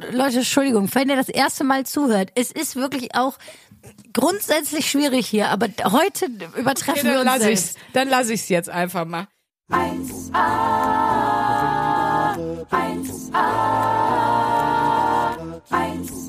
Leute, Entschuldigung, wenn ihr das erste Mal zuhört, es ist wirklich auch grundsätzlich schwierig hier, aber heute übertreffen wir uns selbst. Dann lass ich's jetzt einfach mal. 1A, 1A, 1A,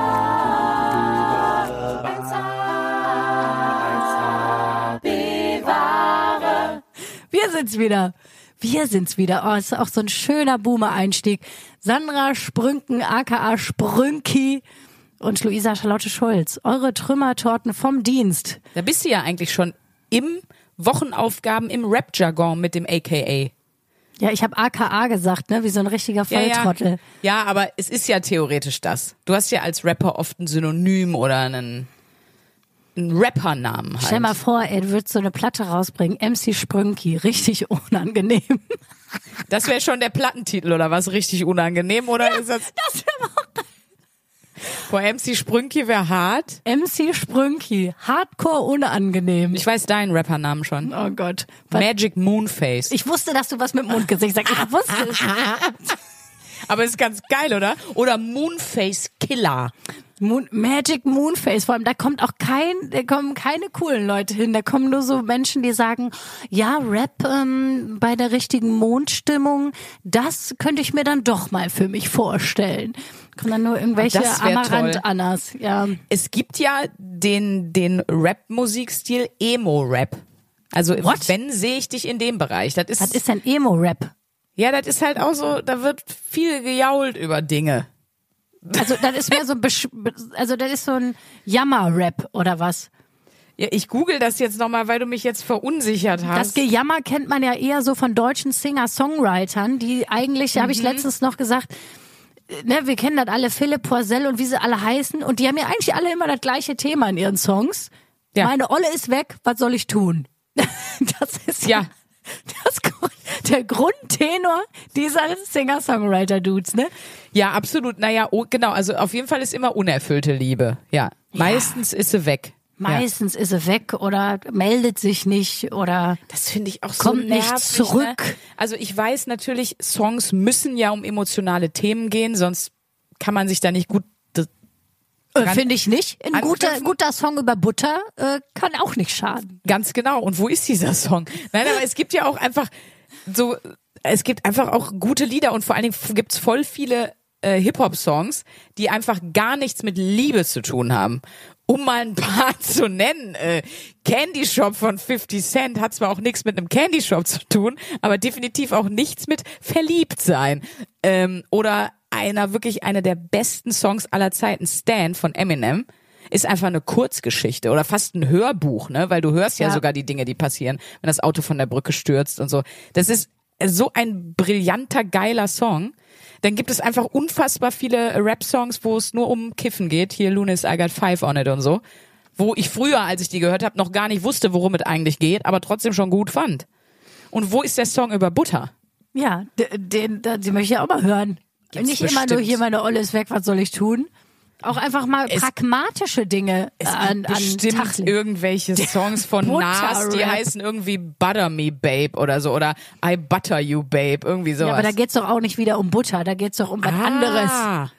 1A, bewahre. Wir sind's wieder. Oh, ist auch so ein schöner Boomer-Einstieg. Sandra Sprünken, aka Sprünki und Luisa Charlotte Schulz. Eure Trümmertorten vom Dienst. Da bist du ja eigentlich schon im Wochenaufgaben im Rap-Jargon mit dem AKA. Ja, ich habe aka gesagt, ne, wie so ein richtiger Volltrottel. Ja, aber es ist ja theoretisch das. Du hast ja als Rapper oft ein Synonym oder einen Rappernamen halt. Stell mal vor, du würdest so eine Platte rausbringen, MC Sprünki, richtig unangenehm. Das wäre schon der Plattentitel oder was, richtig unangenehm, oder Ja, ist das? das wäre auch Boah, MC Sprünki wäre hart. MC Sprünki, hardcore unangenehm. Ich weiß deinen Rappernamen schon. Oh Gott. Magic Moonface. Ich wusste, dass du was mit Mundgesicht sagst. Ich wusste es. Aber ist ganz geil, oder? Oder Moonface Killer. Magic Moonface, vor allem, da kommen keine coolen Leute hin, da kommen nur so Menschen, die sagen, ja, Rap bei der richtigen Mondstimmung, das könnte ich mir dann doch mal für mich vorstellen. Kommen dann nur irgendwelche Amarant-Annas, ja. Es gibt ja den Rap-Musikstil Emo-Rap. Also wenn sehe ich dich in dem Bereich. Was ist denn Emo-Rap? Ja, das ist halt auch so, da wird viel gejault über Dinge. Also das ist mehr so, das ist so ein Jammer-Rap oder was? Ja, ich google das jetzt nochmal, weil du mich jetzt verunsichert hast. Das Gejammer kennt man ja eher so von deutschen Singer-Songwritern, die eigentlich, habe ich letztens noch gesagt, ne, wir kennen das alle, Philipp Poisel und wie sie alle heißen, und die haben ja eigentlich alle immer das gleiche Thema in ihren Songs. Ja. Meine Olle ist weg, was soll ich tun? Das ist ja der Grundtenor dieser Singer-Songwriter-Dudes, ne? Ja, absolut. Naja, genau. Also auf jeden Fall ist immer unerfüllte Liebe. Ja. Meistens ist sie weg. Meistens ist sie weg oder meldet sich nicht oder das finde ich auch so kommt nervig, nicht zurück. Ne? Also ich weiß natürlich, Songs müssen ja um emotionale Themen gehen, sonst kann man sich da nicht gut finde ich nicht. Ein guter Song über Butter kann auch nicht schaden. Ganz genau. Und wo ist dieser Song? Nein, aber es gibt ja auch einfach auch gute Lieder und vor allen Dingen gibt's voll viele Hip-Hop-Songs, die einfach gar nichts mit Liebe zu tun haben. Um mal ein paar zu nennen, Candy Shop von 50 Cent hat zwar auch nichts mit einem Candy Shop zu tun, aber definitiv auch nichts mit Verliebtsein. Oder einer der besten Songs aller Zeiten, Stan von Eminem, ist einfach eine Kurzgeschichte oder fast ein Hörbuch, ne? Weil du hörst ja sogar die Dinge, die passieren, wenn das Auto von der Brücke stürzt und so. Das ist so ein brillanter, geiler Song. Dann gibt es einfach unfassbar viele Rap-Songs, wo es nur um Kiffen geht. Hier, Lunis, I Got Five on It und so. Wo ich früher, als ich die gehört habe, noch gar nicht wusste, worum es eigentlich geht, aber trotzdem schon gut fand. Und wo ist der Song über Butter? Ja, den möchte ich auch mal hören. Gibt's nicht bestimmt. immer nur hier, meine Olle ist weg, was soll ich tun? Auch einfach mal pragmatische Dinge an bestimmt Tag legen. irgendwelche Songs von Nas, die heißen irgendwie Butter Me Babe oder so oder I Butter You Babe, irgendwie sowas. Ja, aber da geht's doch auch nicht wieder um Butter, da geht's doch um was anderes.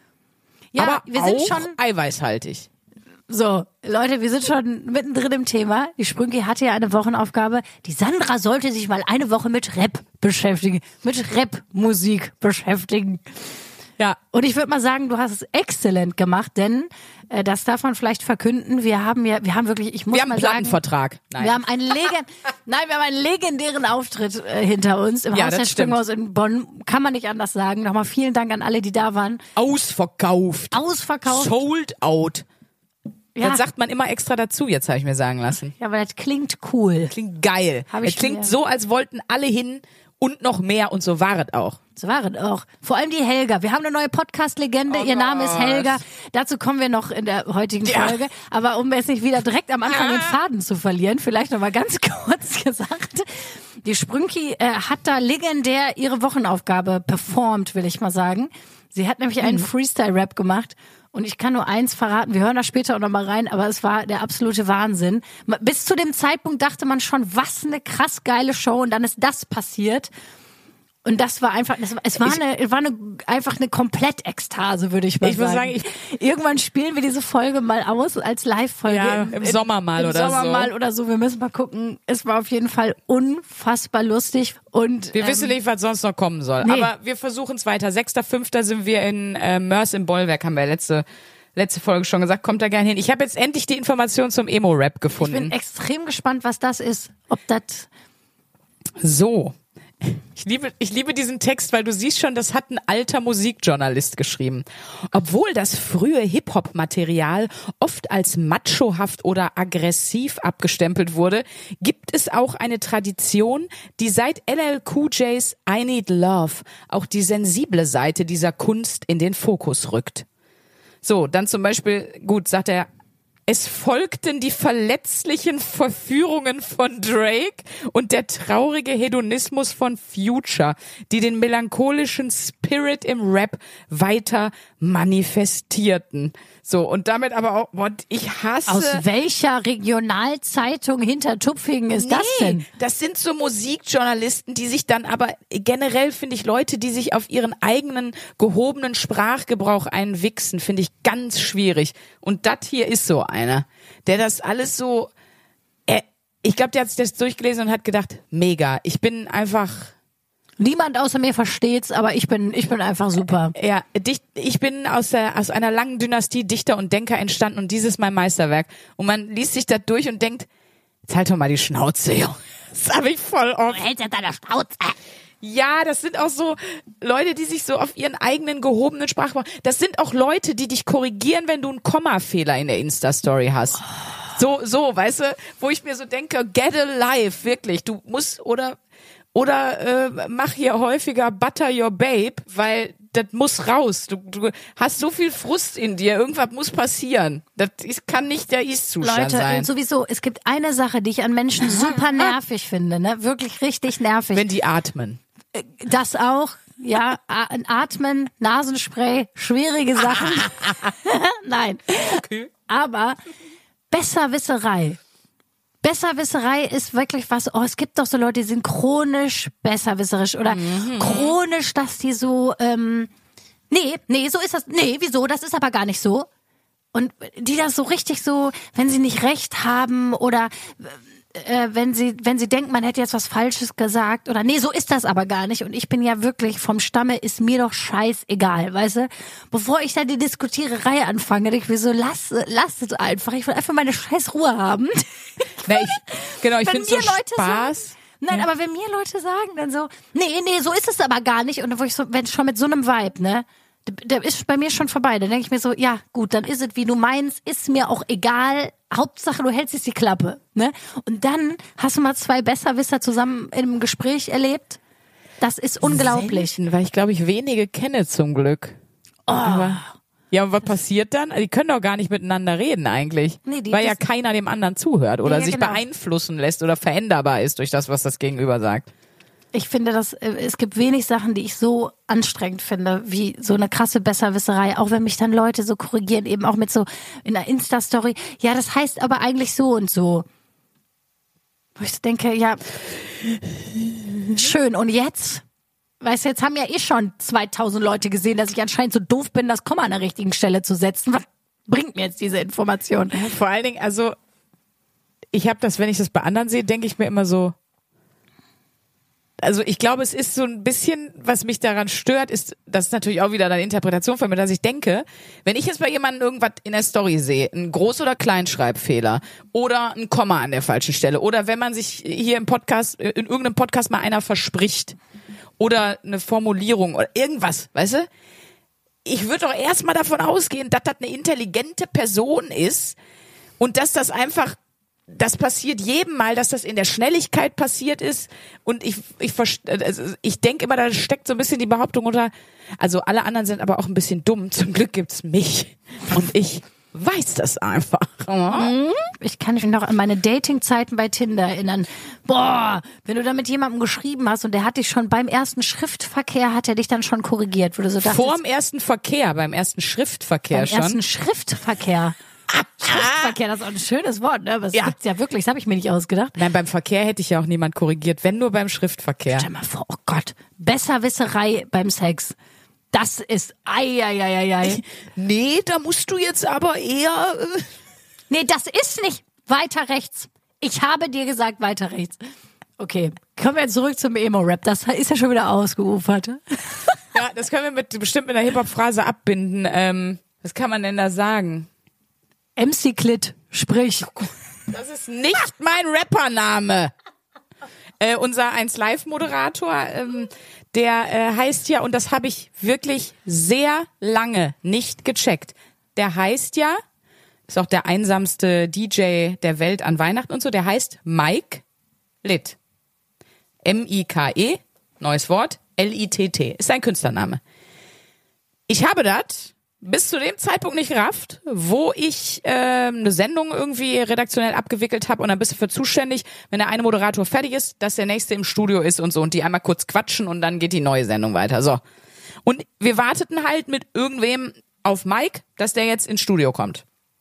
Ja, aber wir sind auch schon eiweißhaltig. so, Leute, wir sind schon mittendrin im Thema. Die Sprünki hatte ja eine Wochenaufgabe. Die Sandra sollte sich mal eine Woche mit Rap beschäftigen, mit Rap-Musik beschäftigen. Ja. Und ich würde mal sagen, du hast es exzellent gemacht, denn das darf man vielleicht verkünden. Wir haben wirklich, ich muss Wir haben mal einen sagen, Plattenvertrag. Nein. wir haben einen legendären Auftritt hinter uns im Ja, Haus der das stimmt. Sprünghaus in Bonn. Kann man nicht anders sagen. Nochmal vielen Dank an alle, die da waren. Ausverkauft. Sold out. Ja. Das sagt man immer extra dazu, jetzt habe ich mir sagen lassen. Ja, aber das klingt cool. Klingt geil. Es klingt so, als wollten alle hin und noch mehr und so war es auch. So war es auch. Vor allem die Helga. Wir haben eine neue Podcast-Legende. Ihr Name ist Helga. Dazu kommen wir noch in der heutigen Folge. Aber um es nicht wieder direkt am Anfang den Faden zu verlieren, vielleicht noch mal ganz kurz gesagt. Die Sprünki hat da legendär ihre Wochenaufgabe performt, will ich mal sagen. Sie hat nämlich einen Freestyle-Rap gemacht. Und ich kann nur eins verraten, wir hören da später auch noch mal rein, aber es war der absolute Wahnsinn. Bis zu dem Zeitpunkt dachte man schon, was eine krass geile Show, und dann ist das passiert. Und das war einfach, einfach eine Komplett-Ekstase, würde ich mal sagen. Ich würde sagen, irgendwann spielen wir diese Folge mal aus als Live-Folge. Ja, im Sommer mal oder so. Wir müssen mal gucken. Es war auf jeden Fall unfassbar lustig und wir wissen nicht, was sonst noch kommen soll. Nee. Aber wir versuchen es weiter. 6.5. sind wir in Mörs im Bollwerk, haben wir letzte Folge schon gesagt. Kommt da gerne hin. Ich habe jetzt endlich die Information zum Emo-Rap gefunden. Ich bin extrem gespannt, was das ist. Ob das... So. Ich liebe diesen Text, weil du siehst schon, das hat ein alter Musikjournalist geschrieben. Obwohl das frühe Hip-Hop-Material oft als machohaft oder aggressiv abgestempelt wurde, gibt es auch eine Tradition, die seit LL Cool J's I Need Love auch die sensible Seite dieser Kunst in den Fokus rückt. So, dann zum Beispiel, gut, sagt er, es folgten die verletzlichen Verführungen von Drake und der traurige Hedonismus von Future, die den melancholischen Spirit im Rap weiter manifestierten. So, und damit aber auch, ich hasse... Aus welcher Regionalzeitung hinter Tupfingen ist das denn? Das sind so Musikjournalisten, die sich dann aber generell, finde ich, Leute, die sich auf ihren eigenen gehobenen Sprachgebrauch einwichsen, finde ich ganz schwierig. Und das hier ist so einer, der das alles so... ich glaube, der hat sich das durchgelesen und hat gedacht, mega, ich bin einfach... Niemand außer mir versteht's, aber ich bin einfach super. Ja, ich bin aus einer langen Dynastie Dichter und Denker entstanden und dieses ist mein Meisterwerk. Und man liest sich da durch und denkt, jetzt halt doch mal die Schnauze, Junge. Das habe ich voll oft. Du hältst jetzt deine Schnauze. Ja, das sind auch so Leute, die sich so auf ihren eigenen gehobenen Sprachgebrauch... Das sind auch Leute, die dich korrigieren, wenn du einen Kommafehler in der Insta-Story hast. So, weißt du, wo ich mir so denke, get a life, wirklich. Du musst oder mach hier häufiger Butter Your Babe, weil das muss raus. Du hast so viel Frust in dir, irgendwas muss passieren. Das kann nicht der Ist-Zustand sein. Leute, sowieso, es gibt eine Sache, die ich an Menschen super nervig finde, ne? Wirklich richtig nervig. Wenn die atmen. Das auch, ja, Atmen, Nasenspray, schwierige Sachen. Nein. Okay. Aber Besserwisserei. Besserwisserei ist wirklich was, es gibt doch so Leute, die sind chronisch besserwisserisch oder chronisch, dass die so, nee, so ist das, nee, wieso, das ist aber gar nicht so. Und die das so richtig so, wenn sie nicht recht haben oder wenn sie denken, man hätte jetzt was Falsches gesagt oder nee, so ist das aber gar nicht. Und ich bin ja wirklich vom Stamme, ist mir doch scheißegal, weißt du? Bevor ich da die Diskutiererei anfange, denke ich mir so, lass es einfach. Ich will einfach meine scheiß Ruhe haben. Ich finde so Spaß. Nein, aber wenn mir Leute sagen dann so, nee, so ist es aber gar nicht. Und dann wo ich so, wenn schon mit so einem Vibe, ne? Der ist bei mir schon vorbei. Dann denke ich mir so, ja gut, dann ist es wie du meinst, ist mir auch egal. Hauptsache du hältst jetzt die Klappe, ne? Und dann hast du mal 2 Besserwisser zusammen im Gespräch erlebt. Das ist unglaublich. Selten, weil ich glaube, ich wenige kenne zum Glück. Aber und was passiert dann? Die können doch gar nicht miteinander reden eigentlich. Nee, weil ja keiner dem anderen zuhört oder sich beeinflussen lässt oder veränderbar ist durch das, was das Gegenüber sagt. Ich finde, es gibt wenig Sachen, die ich so anstrengend finde, wie so eine krasse Besserwisserei. Auch wenn mich dann Leute so korrigieren, eben auch mit so in einer Insta-Story. Ja, das heißt aber eigentlich so und so. Wo ich denke, ja, schön. Und jetzt? Weißt du, jetzt haben ja schon 2000 Leute gesehen, dass ich anscheinend so doof bin, das Komma an der richtigen Stelle zu setzen. Was bringt mir jetzt diese Information? Vor allen Dingen, also, ich habe das, wenn ich das bei anderen sehe, denke ich mir immer so, also ich glaube, es ist so ein bisschen, was mich daran stört, ist, das ist natürlich auch wieder eine Interpretation von mir, dass ich denke, wenn ich jetzt bei jemandem irgendwas in der Story sehe, ein Groß- oder Kleinschreibfehler oder ein Komma an der falschen Stelle oder wenn man sich hier im Podcast, in irgendeinem Podcast mal einer verspricht oder eine Formulierung oder irgendwas, weißt du? Ich würde doch erstmal davon ausgehen, dass das eine intelligente Person ist und dass das einfach das passiert jedem Mal, dass das in der Schnelligkeit passiert ist und ich denke immer, da steckt so ein bisschen die Behauptung unter, also alle anderen sind aber auch ein bisschen dumm, zum Glück gibt's mich und ich weiß das einfach. Ich kann mich noch an meine Dating-Zeiten bei Tinder erinnern. Boah, wenn du da mit jemandem geschrieben hast und der hat dich schon beim ersten Schriftverkehr, hat er dich dann schon korrigiert, wo du so dachtest, Vor dem ersten Verkehr, beim ersten Schriftverkehr schon. Beim ersten Schriftverkehr. Schriftverkehr, das ist auch ein schönes Wort, ne? Aber das gibt's ja wirklich, das habe ich mir nicht ausgedacht. Nein, beim Verkehr hätte ich ja auch niemand korrigiert, wenn nur beim Schriftverkehr. Stell mal vor, oh Gott, Besserwisserei beim Sex. Das ist, ei. Nee, da musst du jetzt aber eher... Nee, das ist nicht weiter rechts. Ich habe dir gesagt, weiter rechts. Okay, kommen wir jetzt zurück zum Emo-Rap. Das ist ja schon wieder ausgeufert. Ja, das können wir bestimmt mit einer Hip-Hop-Phrase abbinden. Was kann man denn da sagen? MC Klit, sprich. Das ist nicht mein Rappername. Unser 1Live-Moderator, der heißt ja, und das habe ich wirklich sehr lange nicht gecheckt, der heißt ja, ist auch der einsamste DJ der Welt an Weihnachten und so, der heißt Mike Litt. M-I-K-E, neues Wort, L-I-T-T, ist sein Künstlername. Ich habe das bis zu dem Zeitpunkt nicht gerafft, wo ich eine Sendung irgendwie redaktionell abgewickelt habe und dann bist du für zuständig, wenn der eine Moderator fertig ist, dass der nächste im Studio ist und so und die einmal kurz quatschen und dann geht die neue Sendung weiter. So. Und wir warteten halt mit irgendwem auf Mike, dass der jetzt ins Studio kommt.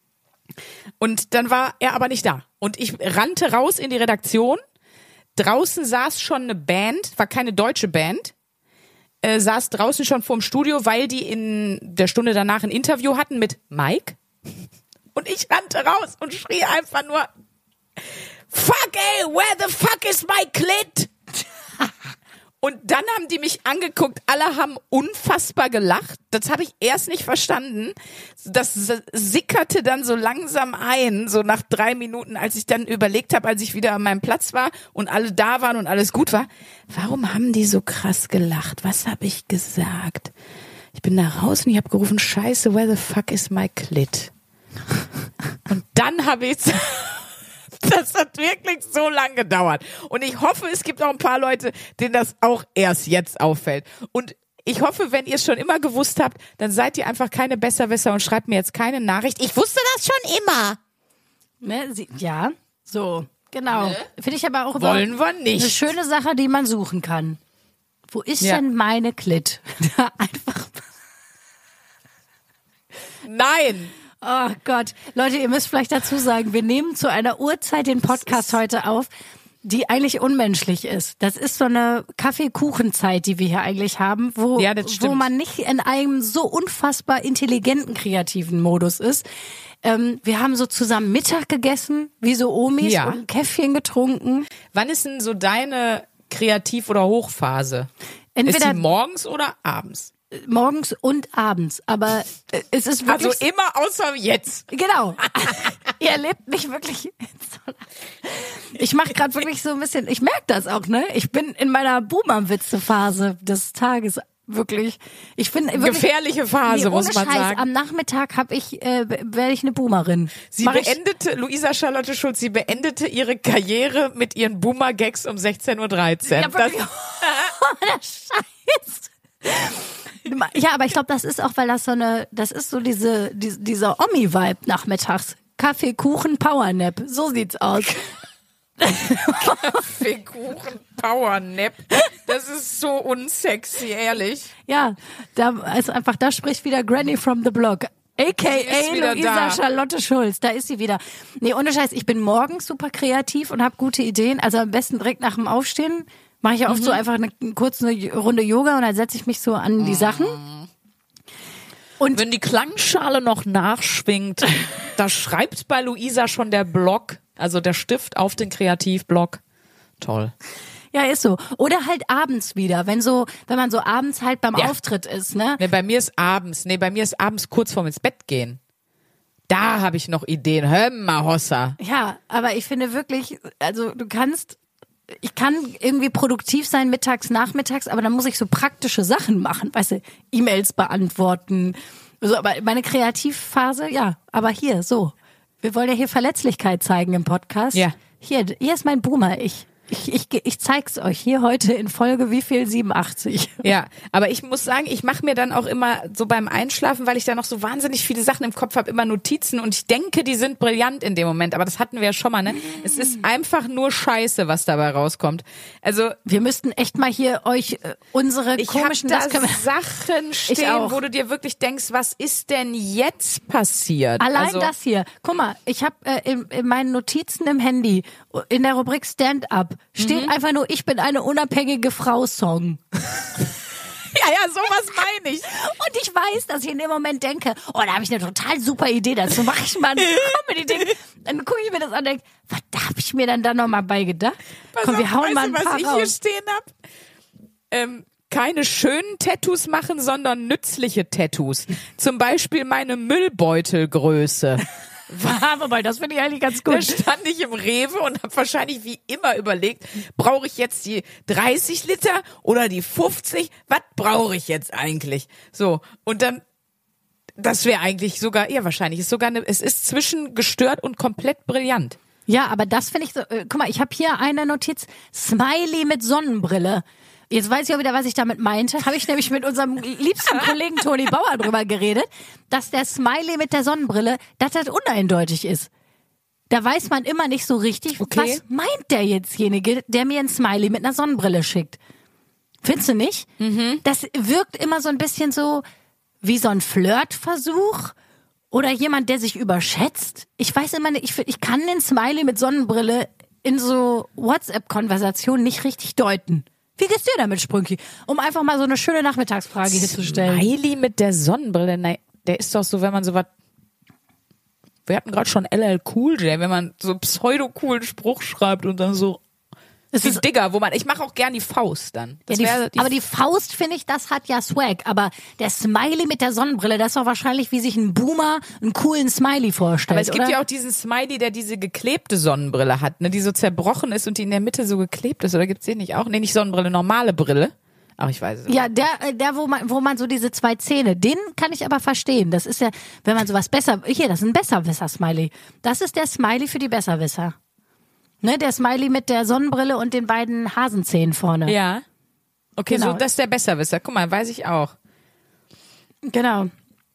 Und dann war er aber nicht da. Und ich rannte raus in die Redaktion. Draußen saß schon eine Band, war keine deutsche Band, saß draußen schon vorm Studio, weil die in der Stunde danach ein Interview hatten mit Mike. Und ich rannte raus und schrie einfach nur, fuck ey, where the fuck is my clit? Und dann haben die mich angeguckt, alle haben unfassbar gelacht. Das habe ich erst nicht verstanden. Das sickerte dann so langsam ein, so nach 3 Minuten, als ich dann überlegt habe, als ich wieder an meinem Platz war und alle da waren und alles gut war. Warum haben die so krass gelacht? Was habe ich gesagt? Ich bin da raus und ich habe gerufen, Scheiße, where the fuck is my clit? Und dann habe ich... Das hat wirklich so lang gedauert. Und ich hoffe, es gibt auch ein paar Leute, denen das auch erst jetzt auffällt. Und ich hoffe, wenn ihr es schon immer gewusst habt, dann seid ihr einfach keine Besserwisser und schreibt mir jetzt keine Nachricht. Ich wusste das schon immer. Ne, ja, so, genau. Ne? Finde ich aber auch wollen wir nicht. Eine schöne Sache, die man suchen kann. Wo ist denn meine Klit? Einfach. Nein. Oh Gott. Leute, ihr müsst vielleicht dazu sagen, wir nehmen zu einer Uhrzeit den Podcast heute auf, die eigentlich unmenschlich ist. Das ist so eine Kaffeekuchenzeit, die wir hier eigentlich haben, wo man nicht in einem so unfassbar intelligenten, kreativen Modus ist. Wir haben so zusammen Mittag gegessen, wie so Omis, und ein Käffchen getrunken. Wann ist denn so deine Kreativ- oder Hochphase? Entweder ist die morgens oder abends? Morgens und abends, aber es ist wirklich... Also immer außer jetzt. Genau. Ihr erlebt mich wirklich... Ich mache gerade wirklich so ein bisschen... Ich merke das auch, ne? Ich bin in meiner Boomer-Witze-Phase des Tages wirklich... Ich bin wirklich, gefährliche Phase, muss man sagen. Am Nachmittag werde ich eine Boomerin. Luisa Charlotte Schulz, sie beendete ihre Karriere mit ihren Boomer-Gags um 16.13 Uhr. Ja, wirklich. Scheiße. Ja, aber ich glaube, das ist auch, weil das ist so dieser Omi-Vibe nachmittags. Kaffee, Kuchen, Powernap. So sieht's aus. Kaffee, Kuchen, Powernap. Das ist so unsexy, ehrlich. Ja, da spricht wieder Granny from the Block. A.k.a. Luisa Charlotte Schulz, da ist sie wieder. Nee, ohne Scheiß, ich bin morgens super kreativ und habe gute Ideen. Also am besten direkt nach dem Aufstehen mache ich ja oft so einfach eine kurze Runde Yoga und dann setze ich mich so an die Sachen. Und wenn die Klangschale noch nachschwingt, da schreibt bei Luisa schon der Block, also der Stift auf den Kreativblock. Toll. Ja, ist so. Oder halt abends wieder, wenn man so abends halt beim Auftritt ist, ne? Bei mir ist abends kurz vorm ins Bett gehen. Da habe ich noch Ideen. Hör mal, Hossa. Ja, aber ich finde wirklich, also ich kann irgendwie produktiv sein mittags, nachmittags, aber dann muss ich so praktische Sachen machen, weißt du, E-Mails beantworten. So, aber meine Kreativphase, ja, aber hier, so. Wir wollen ja hier Verletzlichkeit zeigen im Podcast. Ja. Hier ist mein Boomer-Ich. Ich zeig's euch hier heute in Folge wie viel? 87. Ja, aber ich muss sagen, ich mache mir dann auch immer so beim Einschlafen, weil ich da noch so wahnsinnig viele Sachen im Kopf habe, immer Notizen und ich denke, die sind brillant in dem Moment, aber das hatten wir ja schon mal, ne? Es ist einfach nur Scheiße, was dabei rauskommt. Also wir müssten echt mal hier euch unsere komischen Sachen stehen, wo du dir wirklich denkst, was ist denn jetzt passiert? Allein das hier. Guck mal, ich habe in meinen Notizen im Handy in der Rubrik Stand-up steht einfach nur, ich bin eine unabhängige Frau-Song. Ja, sowas meine ich. Und ich weiß, dass ich in dem Moment denke, oh, da habe ich eine total super Idee, dazu mache ich mal ein Comedy-Ding. Dann gucke ich mir das an und denke, was habe ich mir dann da nochmal bei gedacht? Komm, wir hauen mal ein paar was ich hier stehen habe? Keine schönen Tattoos machen, sondern nützliche Tattoos. Zum Beispiel meine Müllbeutelgröße. Wobei, das finde ich eigentlich ganz gut. Da stand ich im Rewe und habe wahrscheinlich wie immer überlegt, brauche ich jetzt die 30 Liter oder die 50? Was brauche ich jetzt eigentlich? So, und dann, das wäre eigentlich sogar, ja wahrscheinlich, es ist zwischen gestört und komplett brillant. Ja, aber das finde ich so, guck mal, ich habe hier eine Notiz, Smiley mit Sonnenbrille. Jetzt weiß ich auch wieder, was ich damit meinte. Habe ich nämlich mit unserem liebsten Kollegen Toni Bauer drüber geredet, dass der Smiley mit der Sonnenbrille, dass das uneindeutig ist. Da weiß man immer nicht so richtig, was meint der jetztjenige, der mir ein Smiley mit einer Sonnenbrille schickt. Findest du nicht? Mhm. Das wirkt immer so ein bisschen so wie so ein Flirtversuch oder jemand, der sich überschätzt. Ich weiß immer nicht, ich kann den Smiley mit Sonnenbrille in so WhatsApp-Konversationen nicht richtig deuten. Wie geht's dir damit, Sprünki? Um einfach mal so eine schöne Nachmittagsfrage hier zu stellen. Smiley mit der Sonnenbrille, nein, der ist doch so, wenn man so was. Wir hatten gerade schon LL Cool J, wenn man so pseudo-coolen Spruch schreibt und dann so. Es ist Digger, ich mache auch gern die Faust dann. Aber die Faust, finde ich, das hat ja Swag. Aber der Smiley mit der Sonnenbrille, das ist doch wahrscheinlich, wie sich ein Boomer einen coolen Smiley vorstellt. Aber es gibt oder? ja auch diesen Smiley, der diese geklebte Sonnenbrille hat, ne, die so zerbrochen ist und die in der Mitte so geklebt ist. Oder gibt's den nicht auch? Nee, nicht Sonnenbrille, normale Brille. Ach, ich weiß es nicht. Ja, der, wo man so diese zwei Zähne, den kann ich aber verstehen. Das ist ja, wenn man sowas das ist ein Besserwisser-Smiley. Das ist der Smiley für die Besserwisser. Ne, der Smiley mit der Sonnenbrille und den beiden Hasenzähnen vorne. Ja. Okay, genau. So, das ist der Besserwisser. Guck mal, weiß ich auch. Genau.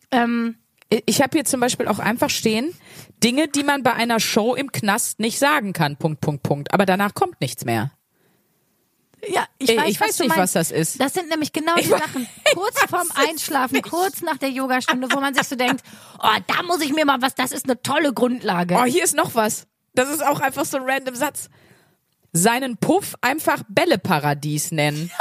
Ich habe hier zum Beispiel auch einfach stehen, Dinge, die man bei einer Show im Knast nicht sagen kann, .. Aber danach kommt nichts mehr. Ja, ich weiß nicht, was das ist. Das sind nämlich genau die Sachen, kurz vorm Einschlafen, kurz nach der Yogastunde, wo man sich so denkt, oh, da muss ich mir mal das ist eine tolle Grundlage. Oh, hier ist noch was. Das ist auch einfach so ein random Satz. Seinen Puff einfach Bälleparadies nennen.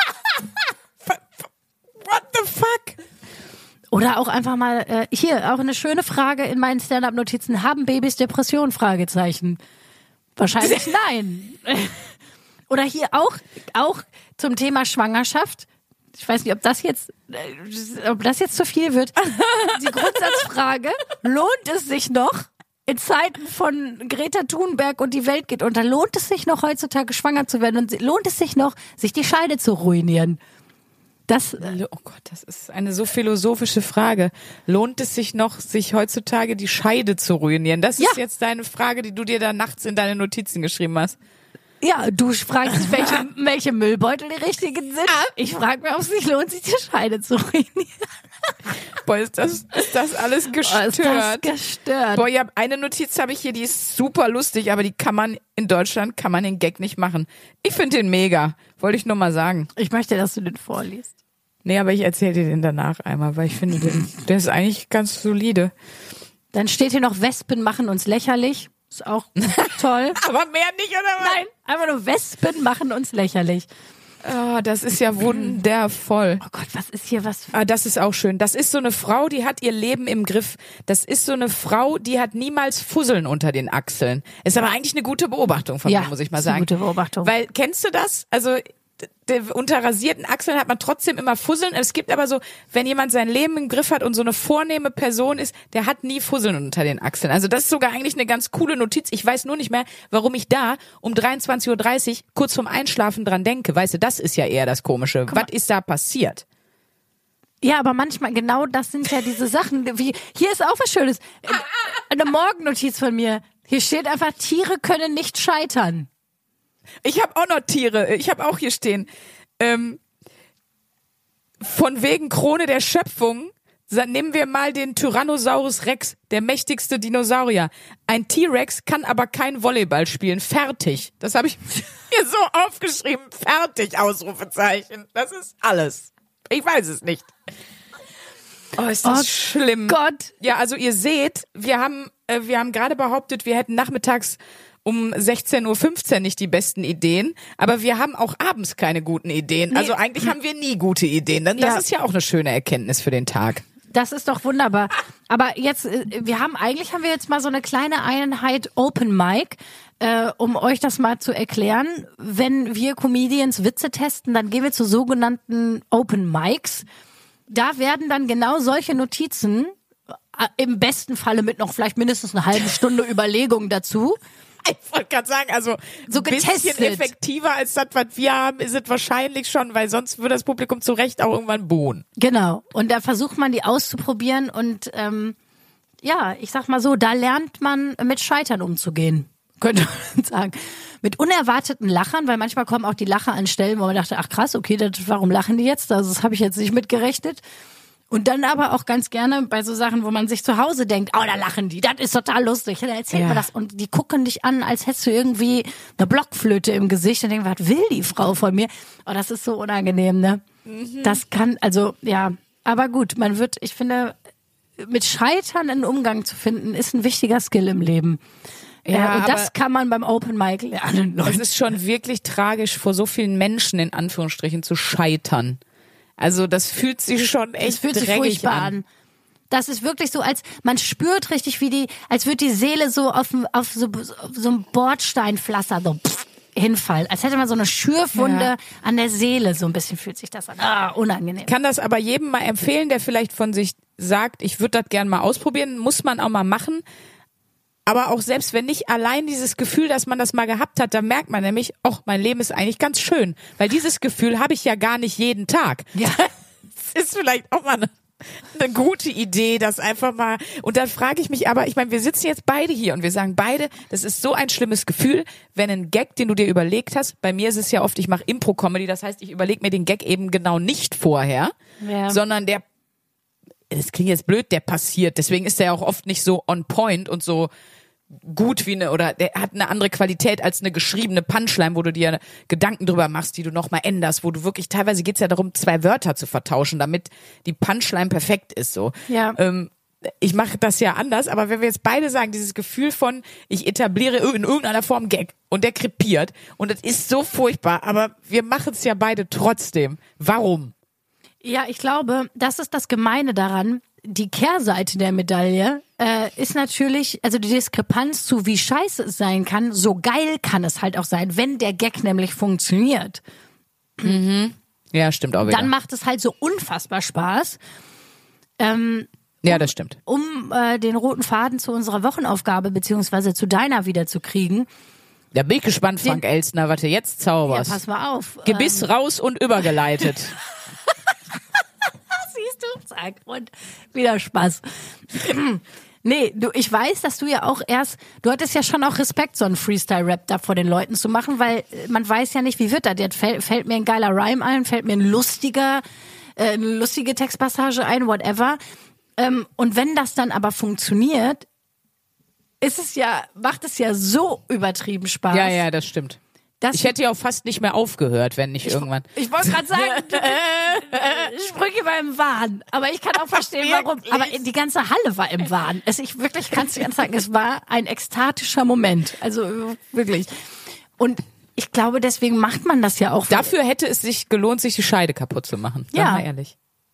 What the fuck? Oder auch einfach mal, hier, auch eine schöne Frage in meinen Stand-up-Notizen. Haben Babys Depressionen? Fragezeichen. Wahrscheinlich nein. Oder hier auch zum Thema Schwangerschaft. Ich weiß nicht, ob das jetzt zu viel wird. Die Grundsatzfrage, lohnt es sich noch, in Zeiten von Greta Thunberg und die Welt geht unter, lohnt es sich noch heutzutage schwanger zu werden und lohnt es sich noch, sich die Scheide zu ruinieren? Oh Gott, das ist eine so philosophische Frage. Lohnt es sich noch, sich heutzutage die Scheide zu ruinieren? Das ist jetzt deine Frage, die du dir da nachts in deine Notizen geschrieben hast. Ja, du fragst, welche Müllbeutel die richtigen sind. Ich frage mich, ob es sich lohnt, sich die Scheide zu ruinieren. Boah, ist das alles gestört. Ist das gestört. Boah, eine Notiz habe ich hier, die ist super lustig, aber in Deutschland kann man den Gag nicht machen. Ich finde den mega. Wollte ich nur mal sagen. Ich möchte, dass du den vorliest. Nee, aber ich erzähle dir den danach einmal, weil ich finde, der ist eigentlich ganz solide. Dann steht hier noch, Wespen machen uns lächerlich. Ist auch toll. Aber mehr nicht, oder was? Nein, einfach nur Wespen machen uns lächerlich. Oh, das ist ja wundervoll. Oh Gott, was ist hier was? Das ist auch schön. Das ist so eine Frau, die hat ihr Leben im Griff. Das ist so eine Frau, die hat niemals Fusseln unter den Achseln. Ist aber eigentlich eine gute Beobachtung von mir, muss ich mal sagen. Eine gute Beobachtung. Weil, kennst du das? Also, unter rasierten Achseln hat man trotzdem immer Fusseln. Es gibt aber so, wenn jemand sein Leben im Griff hat und so eine vornehme Person ist, der hat nie Fusseln unter den Achseln. Also das ist sogar eigentlich eine ganz coole Notiz. Ich weiß nur nicht mehr, warum ich da um 23.30 Uhr kurz vorm Einschlafen dran denke. Weißt du, das ist ja eher das Komische. Was ist da passiert? Ja, aber manchmal, genau das sind ja diese Sachen. Wie, hier ist auch was Schönes. Eine Morgennotiz von mir. Hier steht einfach, Tiere können nicht scheitern. Ich habe auch noch Tiere. Ich habe auch hier stehen. Von wegen Krone der Schöpfung. Nehmen wir mal den Tyrannosaurus Rex, der mächtigste Dinosaurier. Ein T-Rex kann aber kein Volleyball spielen. Fertig. Das habe ich mir so aufgeschrieben. Fertig, Ausrufezeichen. Das ist alles. Ich weiß es nicht. Oh, ist das schlimm. Gott. Ja, also ihr seht, wir haben gerade behauptet, wir hätten nachmittags um 16:15 Uhr nicht die besten Ideen, aber wir haben auch abends keine guten Ideen. Nee. Also eigentlich haben wir nie gute Ideen. Das ist ja auch eine schöne Erkenntnis für den Tag. Das ist doch wunderbar. Aber jetzt, haben wir jetzt mal so eine kleine Einheit Open Mic, um euch das mal zu erklären. Wenn wir Comedians Witze testen, dann gehen wir zu sogenannten Open Mics. Da werden dann genau solche Notizen, im besten Falle mit noch vielleicht mindestens eine halbe Stunde Überlegung dazu. Ich wollte gerade sagen, also so ein bisschen effektiver als das, was wir haben, ist es wahrscheinlich schon, weil sonst würde das Publikum zu Recht auch irgendwann buhen. Genau. Und da versucht man, die auszuprobieren und ich sag mal so, da lernt man mit Scheitern umzugehen, könnte man sagen. Mit unerwarteten Lachern, weil manchmal kommen auch die Lacher an Stellen, wo man dachte, ach krass, okay, warum lachen die jetzt? Das habe ich jetzt nicht mitgerechnet. Und dann aber auch ganz gerne bei so Sachen, wo man sich zu Hause denkt, oh, da lachen die, das ist total lustig. Dann erzählt man das und die gucken dich an, als hättest du irgendwie eine Blockflöte im Gesicht und denken, was will die Frau von mir? Oh, das ist so unangenehm, ne? Mhm. Das kann, aber gut, ich finde, mit Scheitern einen Umgang zu finden, ist ein wichtiger Skill im Leben. Ja, und das kann man beim Open Mic lernen, Leute. Es ist schon wirklich tragisch, vor so vielen Menschen in Anführungsstrichen zu scheitern. Also das fühlt sich schon echt dreckig an. Das ist wirklich so, als man spürt richtig, als würde die Seele so auf so einem Bordsteinpflaster so hinfallen. Als hätte man so eine Schürfwunde an der Seele. So ein bisschen fühlt sich das an. Unangenehm. Kann das aber jedem mal empfehlen, der vielleicht von sich sagt, ich würde das gerne mal ausprobieren. Muss man auch mal machen. Aber auch selbst wenn nicht, allein dieses Gefühl, dass man das mal gehabt hat, da merkt man nämlich, mein Leben ist eigentlich ganz schön. Weil dieses Gefühl habe ich ja gar nicht jeden Tag. Ja. Das ist vielleicht auch mal eine gute Idee, das einfach mal. Und dann frage ich mich aber, ich meine, wir sitzen jetzt beide hier und wir sagen beide, das ist so ein schlimmes Gefühl, wenn ein Gag, den du dir überlegt hast, bei mir ist es ja oft, ich mache Impro-Comedy, das heißt, ich überlege mir den Gag eben genau nicht vorher, sondern das klingt jetzt blöd, der passiert. Deswegen ist der auch oft nicht so on point und so gut oder der hat eine andere Qualität als eine geschriebene Punchline, wo du dir Gedanken drüber machst, die du nochmal änderst, wo du wirklich, teilweise geht's ja darum, 2 Wörter zu vertauschen, damit die Punchline perfekt ist, so. Ja. Ich mache das ja anders, aber wenn wir jetzt beide sagen, dieses Gefühl von, ich etabliere in irgendeiner Form Gag und der krepiert und das ist so furchtbar, aber wir machen es ja beide trotzdem. Warum? Ja, ich glaube, das ist das Gemeine daran. Die Kehrseite der Medaille ist natürlich, also die Diskrepanz zu wie scheiße es sein kann, so geil kann es halt auch sein, wenn der Gag nämlich funktioniert. Mhm. Ja, stimmt auch wieder. Dann macht es halt so unfassbar Spaß. Ja, das stimmt. Um den roten Faden zu unserer Wochenaufgabe beziehungsweise zu deiner wieder zu kriegen. Da bin ich gespannt, Frank Elstner, was du jetzt zauberst. Ja, pass mal auf. Gebiss raus und übergeleitet. Siehst du? Zack, und wieder Spaß. Nee, ich weiß, dass du ja auch du hattest ja schon auch Respekt, so einen Freestyle-Rap da vor den Leuten zu machen, weil man weiß ja nicht, wie wird das? Jetzt fällt mir ein geiler Rhyme ein, fällt mir eine lustige Textpassage ein, whatever. Und wenn das dann aber funktioniert, macht es ja so übertrieben Spaß. Ja, das stimmt. Ich hätte ja auch fast nicht mehr aufgehört, wenn nicht irgendwann. Ich wollte gerade sagen, Sprüche war im Wahn. Aber ich kann auch verstehen, warum. Aber die ganze Halle war im Wahn. Ich kann es dir sagen, es war ein ekstatischer Moment. Also wirklich. Und ich glaube, deswegen macht man das ja auch. Dafür hätte es sich gelohnt, sich die Scheide kaputt zu machen. Ja. Mal ehrlich.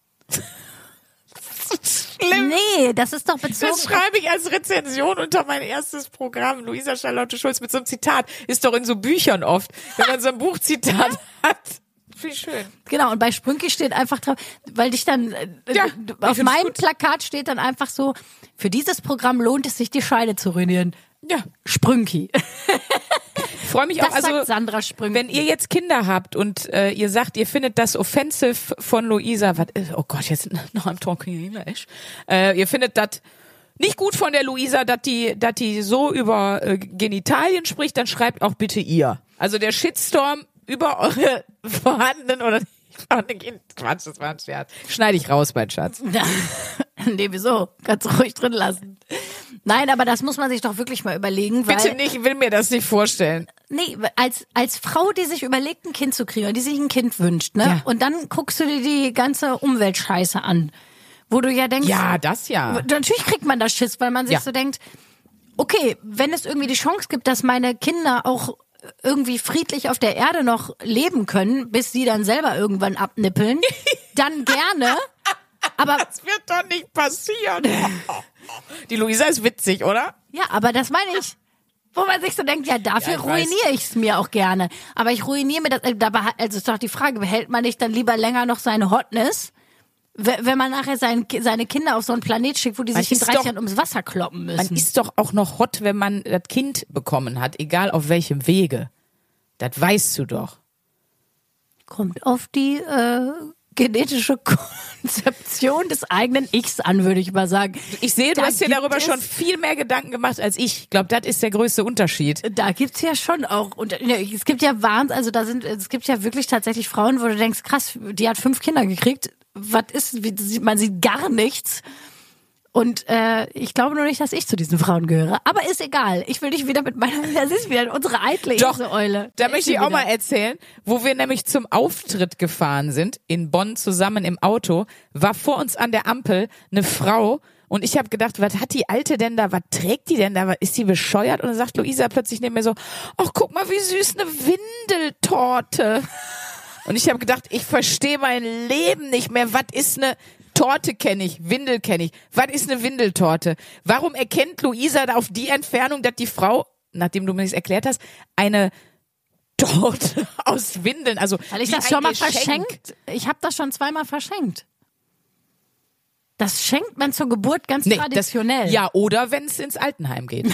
Schlimm. Nee, das ist doch bezogen. Das schreibe ich als Rezension unter mein erstes Programm. Luisa Charlotte Schulz mit so einem Zitat. Ist doch in so Büchern oft, wenn man so ein Buchzitat hat. Wie schön. Genau, und bei Sprünki steht einfach drauf, weil dich dann, auf meinem Plakat steht dann einfach so, für dieses Programm lohnt es sich, die Scheide zu ruinieren. Ja. Sprünki. Ich freue mich auch, das sagt Sandra Sprünki. Wenn ihr jetzt Kinder habt und ihr sagt, ihr findet das offensive von Luisa, oh Gott, jetzt noch I'm talking English. Ihr findet das nicht gut von der Luisa, dass die so über Genitalien spricht, dann schreibt auch bitte ihr. Also der Shitstorm über eure vorhandenen oder nicht vorhandenen Quatsch, das war ein Scherz. Schneide ich raus, mein Schatz. Nee, wieso? Kannst du ruhig drin lassen. Nein, aber das muss man sich doch wirklich mal überlegen, weil... Bitte nicht, ich will mir das nicht vorstellen. Nee, als Frau, die sich überlegt, ein Kind zu kriegen, oder die sich ein Kind wünscht, ne? Ja. Und dann guckst du dir die ganze Umweltscheiße an, wo du ja denkst... Ja, das ja. Natürlich kriegt man das Schiss, weil man sich Ja. so denkt, okay, wenn es irgendwie die Chance gibt, dass meine Kinder auch irgendwie friedlich auf der Erde noch leben können, bis sie dann selber irgendwann abnippeln, dann gerne. Aber Das wird doch nicht passieren. Die Luisa ist witzig, oder? ja, aber das meine ich. Wo man sich so denkt, ja, dafür Ja, ich ruiniere ich es mir auch gerne. Aber ich ruiniere mir das, also ist doch die Frage, behält man nicht dann lieber länger noch seine Hotness, wenn man nachher seine Kinder auf so einen Planet schickt, wo die sich in ist 30 doch- Jahren ums Wasser kloppen Man müssen. ist doch auch noch hot, wenn man das Kind bekommen hat, egal auf welchem Wege. Das weißt du doch. Kommt auf die genetische Konzeption des eigenen Ichs an, würde ich mal sagen. Ich sehe, du Da hast dir gibt darüber es- schon viel mehr Gedanken gemacht als ich. Ich glaube, das ist der größte Unterschied. Da gibt's ja schon auch, und es gibt ja es gibt ja wirklich tatsächlich Frauen, wo du denkst, krass, die hat 5 Kinder gekriegt. Man sieht gar nichts. Und ich glaube nur nicht, dass ich zu diesen Frauen gehöre. Aber ist egal. Ich will nicht wieder mit meiner, das ist wieder unsere eitle Doch, Eule. da möchte ich auch mal erzählen, wo wir nämlich zum Auftritt gefahren sind, in Bonn zusammen im Auto, war vor uns an der Ampel eine Frau und ich habe gedacht, was hat die Alte denn da, was trägt die denn da, ist die bescheuert? Und dann sagt Luisa plötzlich neben mir so, ach guck mal, wie süß, eine Windeltorte. Und ich habe gedacht, ich verstehe mein Leben nicht mehr, was ist eine Torte kenne ich, Windel kenne ich. Was ist eine Windeltorte? Warum erkennt Luisa da auf die Entfernung, dass die Frau, nachdem du mir das erklärt hast, eine Torte aus Windeln, also Weil ich wie das ein schon mal Geschenk. verschenkt. Ich habe das schon 2-mal verschenkt. Das schenkt man zur Geburt ganz Nee, traditionell. ja, oder wenn es ins Altenheim geht.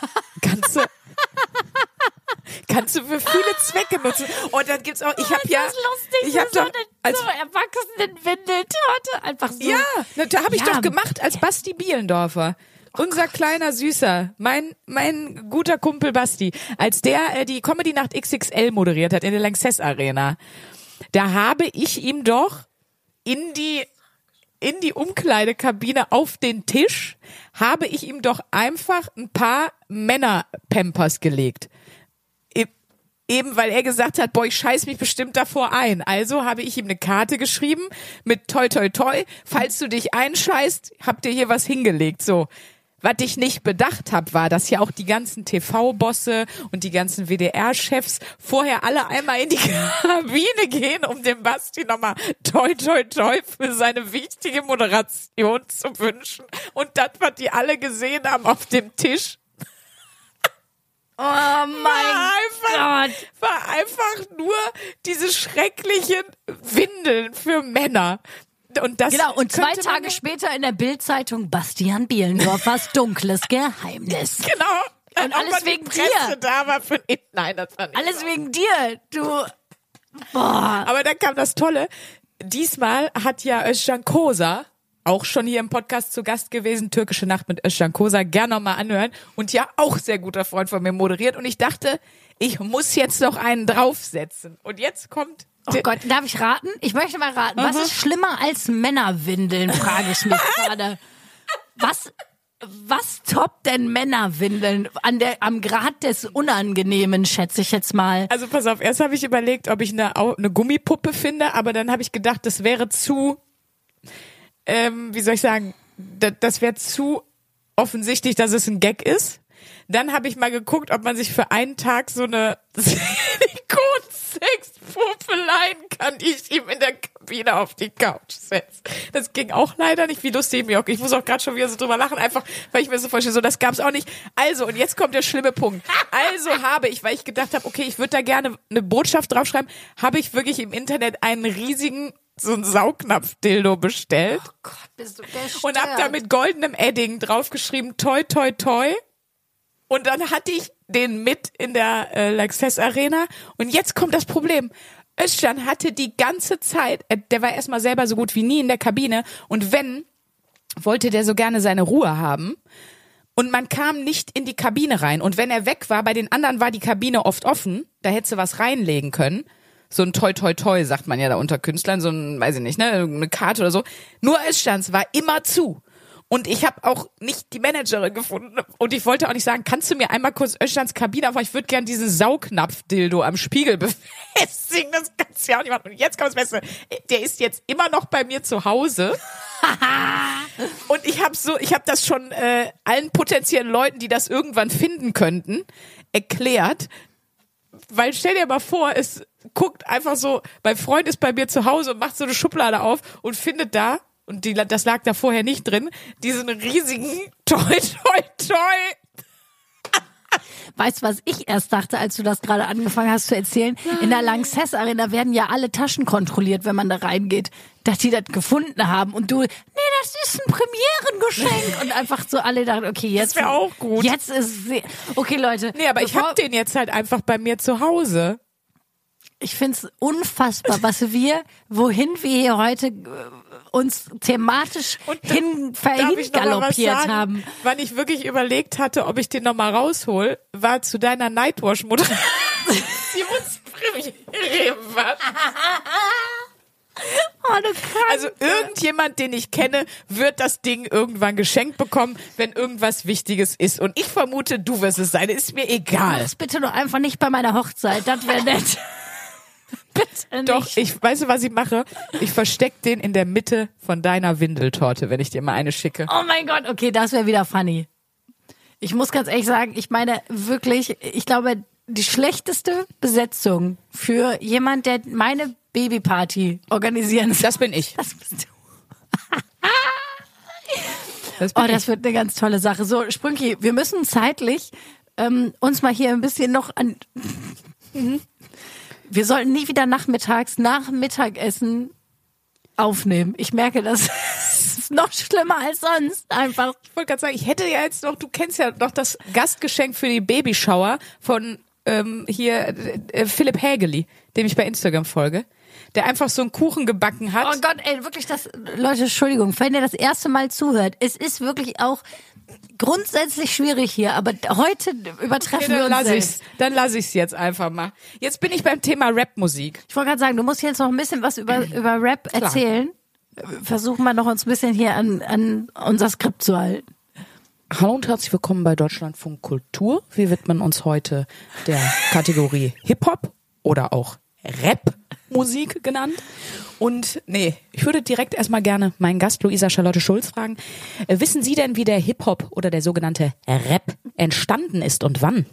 Kannst du für viele Zwecke nutzen. Und dann gibt's auch, ich habe ja, Das ist lustig, ich habe so doch, eine als, so Erwachsenen-Windeltorte. Einfach so. ja, da habe ich Ja. doch gemacht als Basti Bielendorfer. Unser kleiner Süßer, mein guter Kumpel Basti, als der die Comedy Nacht XXL moderiert hat in der Lanxess Arena, da habe ich ihm doch in die Umkleidekabine auf den Tisch, habe ich ihm doch einfach ein paar Männer-Pampers gelegt. Eben weil er gesagt hat, boah, ich scheiß mich bestimmt davor ein. Also habe ich ihm eine Karte geschrieben mit toi toi toi, falls du dich einscheißt, hab dir hier was hingelegt. So. Was ich nicht bedacht habe, war, dass ja auch die ganzen TV-Bosse und die ganzen WDR-Chefs vorher alle einmal in die Kabine gehen, um dem Basti nochmal toi toi toi für seine wichtige Moderation zu wünschen. Und das, was die alle gesehen haben auf dem Tisch, Oh mein Gott. war einfach nur diese schrecklichen Windeln für Männer. Und das Genau, und 2 könnte man Tage ja- später in der Bildzeitung Bastian Bielendorfers dunkles Geheimnis. Genau. Und Auch alles mal die wegen Presse dir. da war für, nein, das war nicht Alles so. wegen dir, du. Boah. Aber dann kam das Tolle. Diesmal hat ja Özcan Kosa, auch schon hier im Podcast zu Gast gewesen, Türkische Nacht mit Özcan Kosa, gerne nochmal anhören. Und ja, auch sehr guter Freund von mir moderiert. Und ich dachte, ich muss jetzt noch einen draufsetzen. Und jetzt kommt... Oh Gott, darf ich raten? Ich möchte mal raten. Was ist schlimmer als Männerwindeln, frage ich mich gerade. Was toppt denn Männerwindeln am Grad des Unangenehmen, schätze ich jetzt mal. Also pass auf, erst habe ich überlegt, ob ich eine Gummipuppe finde, aber dann habe ich gedacht, das wäre zu, wie soll ich sagen, das wäre zu offensichtlich, dass es ein Gag ist. Dann habe ich mal geguckt, ob man sich für einen Tag so eine Silikon-Sexpuppe leihen kann, die ich ihm in der Kabine auf die Couch setze. Das ging auch leider nicht. Wie lustig mir auch. Ich muss auch gerade schon wieder so drüber lachen, einfach weil ich mir so vorstelle, so das gab's auch nicht. Also, und jetzt kommt der schlimme Punkt. Also habe ich, weil ich gedacht habe, okay, ich würde da gerne eine Botschaft draufschreiben, habe ich wirklich im Internet einen riesigen, so einen Saugnapf-Dildo bestellt. Oh Gott, bist du gestört. Und hab da mit goldenem Edding draufgeschrieben, toi, toi, toi. Und dann hatte ich den mit in der Lanxess Arena. Und jetzt kommt das Problem. Özcan hatte die ganze Zeit, der war erstmal selber so gut wie nie in der Kabine. Und wenn, wollte der so gerne seine Ruhe haben. Und man kam nicht in die Kabine rein. Und wenn er weg war, bei den anderen war die Kabine oft offen, da hättest du was reinlegen können. So ein Toi Toi Toi, sagt man ja da unter Künstlern, so ein, weiß ich nicht, ne, eine Karte oder so. Nur Özcans war immer zu. Und ich habe auch nicht die Managerin gefunden. Und ich wollte auch nicht sagen, kannst du mir einmal kurz Özcans Kabine aufmachen? Ich würde gern diesen Saugnapf-Dildo am Spiegel befestigen. Das kannst du ja auch nicht machen. Und jetzt kommt das Beste. Der ist jetzt immer noch bei mir zu Hause. Und ich habe das schon allen potenziellen Leuten, die das irgendwann finden könnten, erklärt. Weil stell dir mal vor, es guckt einfach so, mein Freund ist bei mir zu Hause und macht so eine Schublade auf und findet da, und das lag da vorher nicht drin, diesen riesigen Toi Toi Toi. Weißt du, was ich erst dachte, als du das gerade angefangen hast zu erzählen? In der Lanxess Arena werden ja alle Taschen kontrolliert, wenn man da reingeht, dass die das gefunden haben und du, nee, das ist ein Premierengeschenk und einfach so alle dachten, okay, jetzt Das wäre auch gut. Jetzt ist okay, Leute. Nee, aber ich hab den jetzt halt einfach bei mir zu Hause. Ich find's unfassbar, wohin wir hier heute uns thematisch galoppiert haben. Wann ich wirklich überlegt hatte, ob ich den nochmal raushol, war zu deiner Nightwash-Mutter. Oh, du kannst. Also irgendjemand, den ich kenne, wird das Ding irgendwann geschenkt bekommen, wenn irgendwas Wichtiges ist. Und ich vermute, du wirst es sein. Ist mir egal. Das bitte doch einfach nicht bei meiner Hochzeit. Das wäre nett. Bitte nicht. Doch, weißt du, was ich mache? Ich versteck den in der Mitte von deiner Windeltorte, wenn ich dir mal eine schicke. Oh mein Gott, okay, das wäre wieder funny. Ich muss ganz ehrlich sagen, ich meine wirklich, ich glaube, die schlechteste Besetzung für jemand, der meine Babyparty organisieren soll. Das bin ich. Das bist du. Das wird eine ganz tolle Sache. So, Sprünki, wir müssen zeitlich uns mal hier ein bisschen noch an... Wir sollten nie wieder nachmittags nach Mittagessen aufnehmen. Ich merke, das ist noch schlimmer als sonst. Einfach. Ich wollte gerade sagen, ich hätte ja jetzt noch, du kennst ja noch das Gastgeschenk für die Babyshower von Philipp Hägeli, dem ich bei Instagram folge, der einfach so einen Kuchen gebacken hat. Oh Gott, ey, wirklich Leute, Entschuldigung, wenn ihr das erste Mal zuhört, es ist wirklich auch grundsätzlich schwierig hier, aber heute übertreffen wir uns selbst. Dann lasse ich es jetzt einfach mal. Jetzt bin ich beim Thema Rapmusik. Ich wollte gerade sagen, du musst jetzt noch ein bisschen was über Rap erzählen. Versuchen wir noch uns ein bisschen hier an unser Skript zu halten. Hallo und herzlich willkommen bei Deutschlandfunk Kultur. Wir widmen uns heute der Kategorie Hip-Hop oder auch Rap-Musik genannt. Und ich würde direkt erstmal gerne meinen Gast Luisa Charlotte Schulz fragen. Wissen Sie denn, wie der Hip-Hop oder der sogenannte Rap entstanden ist und wann?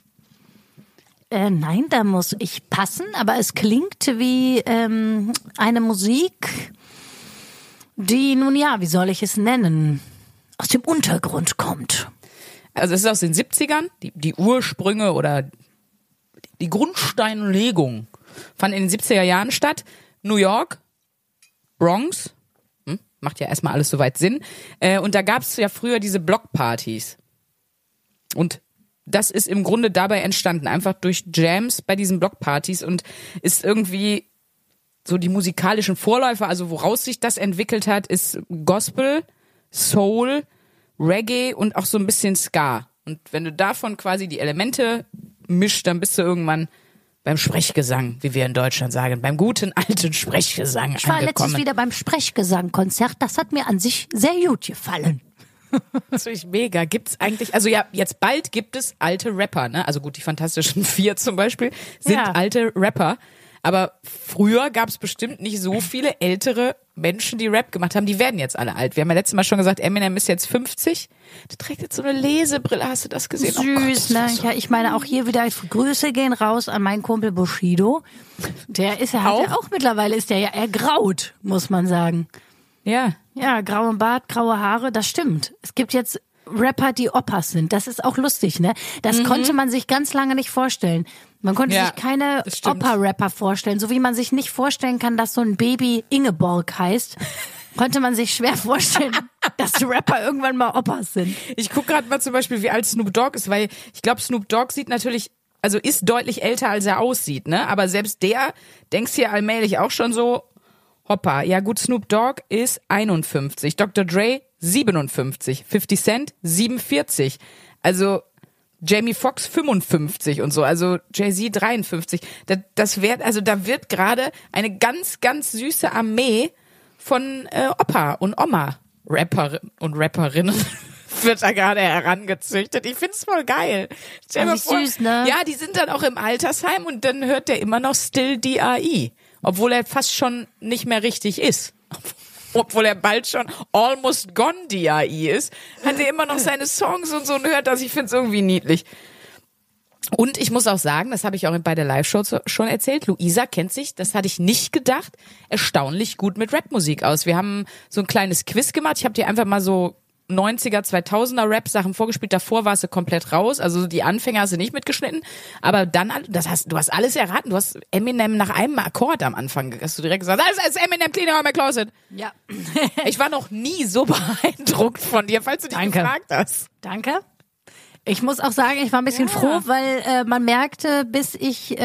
Nein, da muss ich passen, aber es klingt wie eine Musik, die, nun ja, wie soll ich es nennen, aus dem Untergrund kommt. Also es ist aus den 70ern, die Ursprünge oder die Grundsteinlegung fand in den 70er Jahren statt. New York, Bronx, macht ja erstmal alles soweit Sinn. Und da gab es ja früher diese Blockpartys. Und das ist im Grunde dabei entstanden, einfach durch Jams bei diesen Blockpartys und ist irgendwie so die musikalischen Vorläufer, also woraus sich das entwickelt hat, ist Gospel, Soul, Reggae und auch so ein bisschen Ska. Und wenn du davon quasi die Elemente mischst, dann bist du irgendwann beim Sprechgesang, wie wir in Deutschland sagen, beim guten alten Sprechgesang Ich war angekommen. letztens wieder beim Sprechgesangkonzert, das hat mir an sich sehr gut gefallen. Natürlich mega. Gibt's eigentlich, also ja, jetzt bald gibt es alte Rapper, ne? Also gut, die Fantastischen Vier zum Beispiel sind alte Rapper. Aber früher gab es bestimmt nicht so viele ältere Menschen, die Rap gemacht haben. Die werden jetzt alle alt. Wir haben ja letztes Mal schon gesagt, Eminem ist jetzt 50. Der trägt jetzt so eine Lesebrille. Hast du das gesehen? Süß, ne? Ja, ich meine auch hier wieder Grüße gehen raus an meinen Kumpel Bushido. Der ist auch mittlerweile ist der ja ergraut, muss man sagen. Ja. Ja, grauen Bart, graue Haare, das stimmt. Es gibt jetzt Rapper, die Opas sind. Das ist auch lustig, ne? Das konnte man sich ganz lange nicht vorstellen. Man konnte sich keine Opa-Rapper vorstellen. So wie man sich nicht vorstellen kann, dass so ein Baby Ingeborg heißt, konnte man sich schwer vorstellen, dass Rapper irgendwann mal Opas sind. Ich guck gerade mal zum Beispiel, wie alt Snoop Dogg ist, weil ich glaube, Snoop Dogg sieht natürlich, also ist deutlich älter, als er aussieht, ne? Aber selbst der, denkst hier allmählich auch schon so, hoppa, ja gut, Snoop Dogg ist 51, Dr. Dre 57, 50 Cent 47. Also Jamie Foxx 55 und so, also Jay-Z 53. Da wird gerade eine ganz, ganz süße Armee von Opa und Oma Rapper und Rapperinnen wird da gerade herangezüchtet. Ich find's voll geil. Stell dir mal vor, süß, ne? Ja, die sind dann auch im Altersheim und dann hört der immer noch Still D.I.E., obwohl er fast schon nicht mehr richtig ist. Obwohl er bald schon almost gone D.I.E. ist, hat er immer noch seine Songs und so und hört das. Ich find's irgendwie niedlich. Und ich muss auch sagen, das habe ich auch bei der Live-Show schon erzählt, Luisa kennt sich, das hatte ich nicht gedacht, erstaunlich gut mit Rapmusik aus. Wir haben so ein kleines Quiz gemacht. Ich habe dir einfach mal so 90er, 2000er Rap-Sachen vorgespielt. Davor warst du komplett raus. Also die Anfänger hast du nicht mitgeschnitten. Aber dann, du hast alles erraten. Du hast Eminem nach einem Akkord am Anfang, hast du direkt gesagt, das ist Eminem, Clean Out My Closet. Ja. Ich war noch nie so beeindruckt von dir, falls du dich gefragt hast. Danke. Ich muss auch sagen, ich war ein bisschen froh, weil man merkte, bis ich,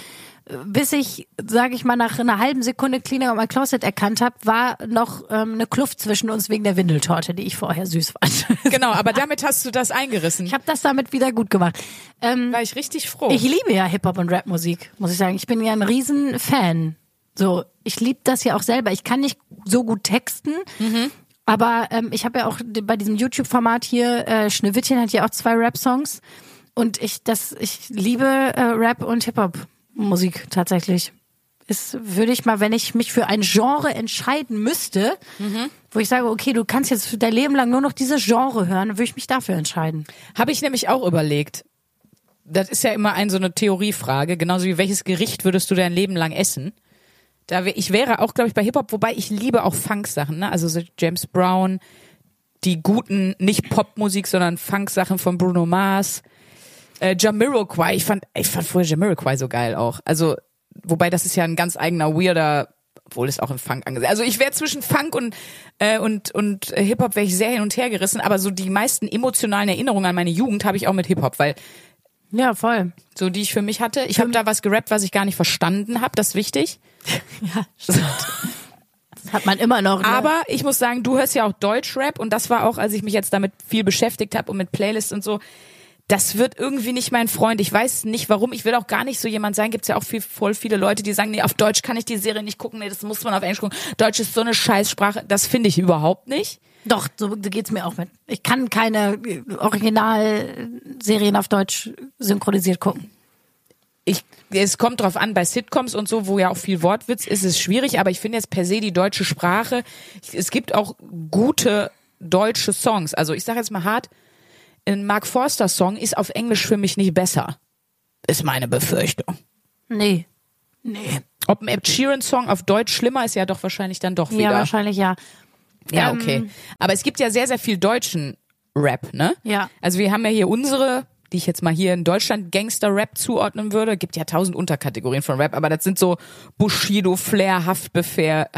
sage ich mal, nach einer halben Sekunde Cleaning Out My Closet erkannt habe, war noch eine Kluft zwischen uns wegen der Windeltorte, die ich vorher süß fand. Genau, aber damit hast du das eingerissen. Ich habe das damit wieder gut gemacht. War ich richtig froh. Ich liebe ja Hip-Hop und Rap-Musik, muss ich sagen. Ich bin ja ein Riesen-Fan. So, ich liebe das ja auch selber. Ich kann nicht so gut texten, aber ich habe ja auch bei diesem YouTube-Format hier, Schneewittchen hat ja auch 2 Rap-Songs und ich liebe Rap und Hip-Hop-Musik tatsächlich. Würde ich mal, wenn ich mich für ein Genre entscheiden müsste, wo ich sage, okay, du kannst jetzt für dein Leben lang nur noch dieses Genre hören, würde ich mich dafür entscheiden. Habe ich nämlich auch überlegt. Das ist ja immer so eine Theoriefrage, genauso wie welches Gericht würdest du dein Leben lang essen? Ich wäre auch, glaube ich, bei Hip-Hop, wobei ich liebe auch Funk-Sachen, ne? Also so James Brown, die guten, nicht Popmusik, sondern Funk-Sachen von Bruno Mars, Jamiroquai. Ich fand früher Jamiroquai so geil auch. Also, wobei das ist ja ein ganz eigener weirder, obwohl es auch im Funk angesehen. Also ich wäre zwischen Funk und Hip-Hop wäre ich sehr hin und her gerissen, aber so die meisten emotionalen Erinnerungen an meine Jugend habe ich auch mit Hip-Hop, weil ja, voll. so die ich für mich hatte. Ich habe da was gerappt, was ich gar nicht verstanden habe, das ist wichtig. Ja, stimmt. Das hat man immer noch. Ne? Aber ich muss sagen, du hörst ja auch Deutschrap und das war auch, als ich mich jetzt damit viel beschäftigt habe und mit Playlists und so, das wird irgendwie nicht mein Freund. Ich weiß nicht warum. Ich will auch gar nicht so jemand sein. Gibt's ja auch voll viele Leute, die sagen, nee, auf Deutsch kann ich die Serie nicht gucken. Nee, das muss man auf Englisch gucken. Deutsch ist so eine Scheißsprache. Das finde ich überhaupt nicht. Doch, so geht's mir auch mit. Ich kann keine Originalserien auf Deutsch synchronisiert gucken. Es kommt drauf an, bei Sitcoms und so, wo ja auch viel Wortwitz ist, ist es schwierig, aber ich finde jetzt per se die deutsche Sprache, es gibt auch gute deutsche Songs. Also ich sage jetzt mal hart, ein Mark Forster Song ist auf Englisch für mich nicht besser. Ist meine Befürchtung. Nee. Ob ein Ed Sheeran Song auf Deutsch schlimmer ist, ja doch wahrscheinlich dann doch wieder. Ja, wahrscheinlich ja. Ja, okay. Aber es gibt ja sehr, sehr viel deutschen Rap, ne? Ja. Also wir haben ja hier unsere, die ich jetzt mal hier in Deutschland Gangster-Rap zuordnen würde. Gibt ja 1000 Unterkategorien von Rap, aber das sind so Bushido, Flair, Haftbefehl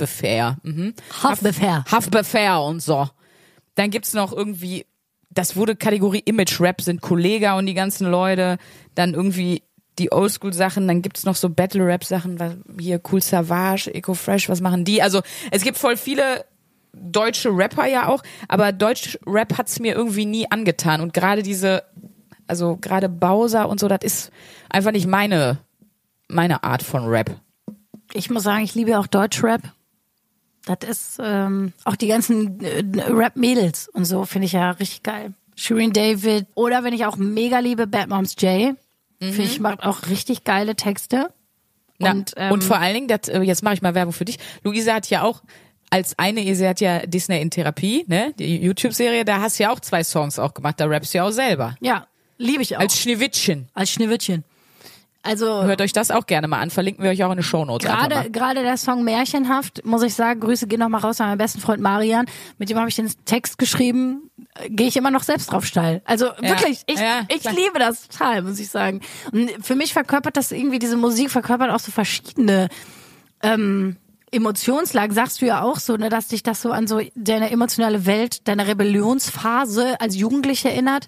und so. Dann gibt's noch irgendwie, das wurde Kategorie Image-Rap, sind Kollega und die ganzen Leute. Dann irgendwie die Oldschool-Sachen, dann gibt's noch so Battle-Rap-Sachen, hier Cool Savage, Eco Fresh, was machen die? Also es gibt voll viele deutsche Rapper ja auch, aber Deutsch-Rap hat's mir irgendwie nie angetan und gerade gerade Bowser und so, das ist einfach nicht meine Art von Rap. Ich muss sagen, ich liebe auch Deutsch-Rap. Das ist auch die ganzen Rap-Mädels und so finde ich ja richtig geil. Shirin David oder wenn ich auch mega liebe, Bad Moms J. Finde ich, macht auch richtig geile Texte. Ja, Und vor allen Dingen, jetzt mache ich mal Werbung für dich. Luisa hat ja auch sie hat ja Disney in Therapie, ne? Die YouTube-Serie, da hast du ja auch 2 Songs auch gemacht, da rappst du ja auch selber. ja, liebe ich auch. Als Schneewittchen. Also Hört euch das auch gerne mal an, verlinken wir euch auch in den Shownotes. gerade der Song Märchenhaft, muss ich sagen, Grüße gehen noch mal raus an meinen besten Freund Marian, mit dem habe ich den Text geschrieben, gehe ich immer noch selbst drauf steil. Also wirklich, ich liebe das total, muss ich sagen. Und für mich verkörpert das irgendwie, diese Musik verkörpert auch so verschiedene Emotionslagen, sagst du ja auch so, ne, dass dich das so an so deine emotionale Welt, deine Rebellionsphase als Jugendliche erinnert.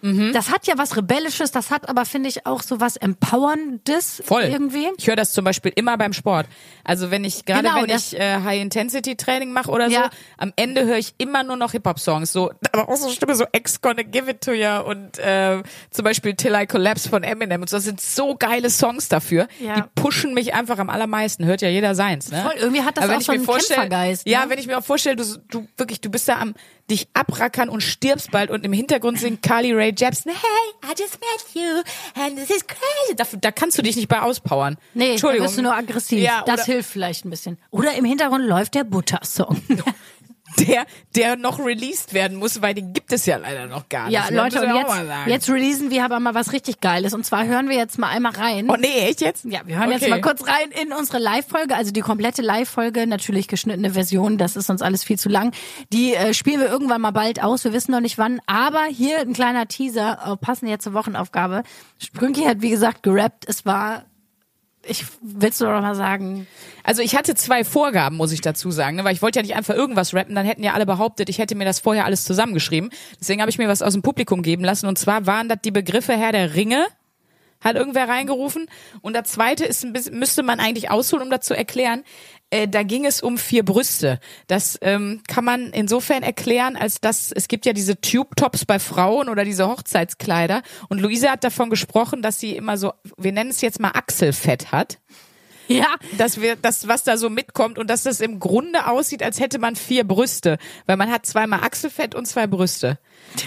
Das hat ja was Rebellisches, das hat aber, finde ich, auch so was Empowerndes Voll. irgendwie. Ich höre das zum Beispiel immer beim Sport. Also wenn ich High-Intensity-Training mache oder so, Ja. am Ende höre ich immer nur noch Hip-Hop-Songs. So, aber auch so Stimme, so X Gonna Give It To Ya und zum Beispiel Till I Collapse von Eminem. Und so, das sind so geile Songs dafür. Ja. Die pushen mich einfach am allermeisten. Hört ja jeder seins. Ne? Voll, irgendwie hat das Aber wenn auch ich so mir einen vorstell- Kämpfergeist. Ja, Ne? wenn ich mir auch vorstelle, du bist da am dich abrackern und stirbst bald und im Hintergrund singt Carly Rae Jepsen, hey, I just met you and this is crazy. Da kannst du dich nicht bei auspowern. Nee, da Entschuldigung. wirst du nur aggressiv. Ja, das oder- hilft vielleicht ein bisschen. Oder im Hintergrund läuft der Butter-Song. Der noch released werden muss, weil den gibt es ja leider noch gar nicht. Ja, ne? Leute, Müssen und wir auch mal sagen. jetzt releasen wir aber mal was richtig Geiles. Und zwar hören wir jetzt mal einmal rein. Oh nee, echt jetzt? Ja, wir hören Okay. jetzt mal kurz rein in unsere Live-Folge, also die komplette Live-Folge, natürlich geschnittene Version, das ist uns alles viel zu lang. Die spielen wir irgendwann mal bald aus, wir wissen noch nicht wann, aber hier ein kleiner Teaser, passend jetzt zur Wochenaufgabe. Sprünki hat, wie gesagt, gerappt, es war, willst du doch mal sagen? Also ich hatte 2 Vorgaben, muss ich dazu sagen, ne? Weil ich wollte ja nicht einfach irgendwas rappen, dann hätten ja alle behauptet, ich hätte mir das vorher alles zusammengeschrieben. Deswegen habe ich mir was aus dem Publikum geben lassen und zwar waren das die Begriffe Herr der Ringe, hat irgendwer reingerufen und das zweite ist ein bisschen, müsste man eigentlich ausholen, um das zu erklären. Da ging es um 4 Brüste. Das kann man insofern erklären, als dass es gibt ja diese Tube-Tops bei Frauen oder diese Hochzeitskleider und Luisa hat davon gesprochen, dass sie immer so, wir nennen es jetzt mal Achselfett hat. Ja, Dass was da so mitkommt und dass das im Grunde aussieht, als hätte man 4 Brüste, weil man hat 2-mal Achselfett und 2 Brüste.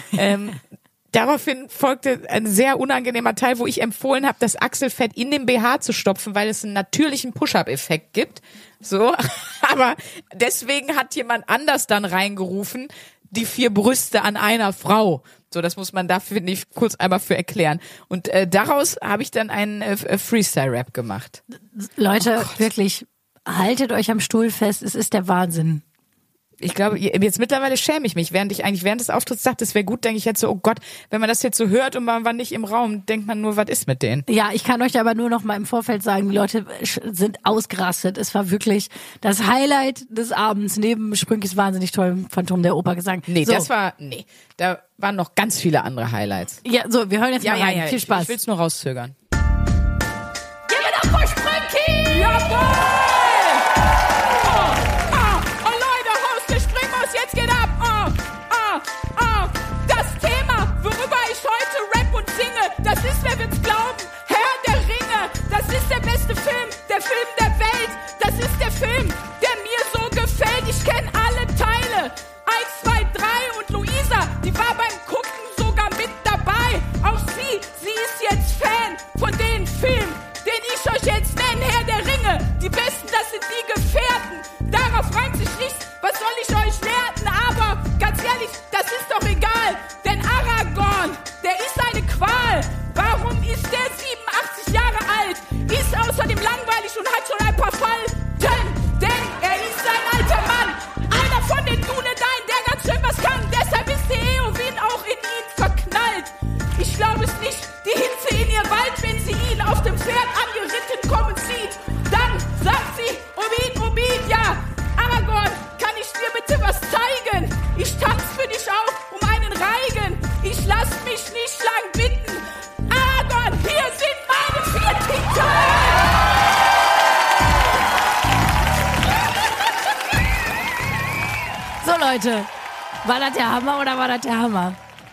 Daraufhin folgte ein sehr unangenehmer Teil, wo ich empfohlen habe, das Achselfett in den BH zu stopfen, weil es einen natürlichen Push-Up-Effekt gibt. So, aber deswegen hat jemand anders dann reingerufen, die 4 Brüste an einer Frau. So, das muss man dafür nicht kurz einmal für erklären. Und daraus habe ich dann einen Freestyle-Rap gemacht. Leute, wirklich, haltet euch am Stuhl fest, es ist der Wahnsinn. Ich glaube, jetzt mittlerweile schäme ich mich, während des Auftritts dachte, es wäre gut, denke ich jetzt so, oh Gott, wenn man das jetzt so hört und man war nicht im Raum, denkt man nur, was ist mit denen? Ja, ich kann euch aber nur noch mal im Vorfeld sagen, die Leute sind ausgerastet. Es war wirklich das Highlight des Abends, neben Sprünkis wahnsinnig tollem Phantom der Oper gesang. Nee, so. da waren noch ganz viele andere Highlights. Ja, so, wir hören jetzt mal rein. Viel Spaß. Ich will's nur rauszögern. Gib mir doch voll Sprünki! Jawohl! Oh Leute, Host, der Springmaus, jetzt geht ab! Das Thema, worüber ich heute rap und singe, das ist, wer wird's glauben, Herr der Ringe, das ist der beste Film, der Film der Welt, das ist der Film, der mir so gefällt, ich kenne alle Teile, 1, 2, 3 und Luisa, die war beim Gucken sogar mit dabei, auch sie ist jetzt Fan von den Filmen, den ich euch jetzt nenne, Herr der Ringe, die Besten, das sind die Gefährten, darauf reimt sich nichts, was soll ich euch lehren, aber ganz ehrlich, das ist doch egal, denn Aragorn, der ist eine Qual, warum ist der 87 Jahre alt, ist außerdem langweilig und hat schon ein paar Falten, denn er ist ein alter Mann, einer von den Dunedain, der ganz schön was kann, deshalb ist die Eowyn auch in ihn verknallt. Ich glaube es nicht, die Hitze in ihr Wald, wenn sie ihn auf dem Pferd angeritten kommen sieht. Dann sagt sie, Obin, ja, Aragorn, kann ich dir bitte was zeigen? Ich tanz für dich auch um einen Reigen. Ich lass mich nicht lang bitten. Aragorn, hier sind meine 4 Titel. So, Leute, war das der Hammer oder war das der Hammer?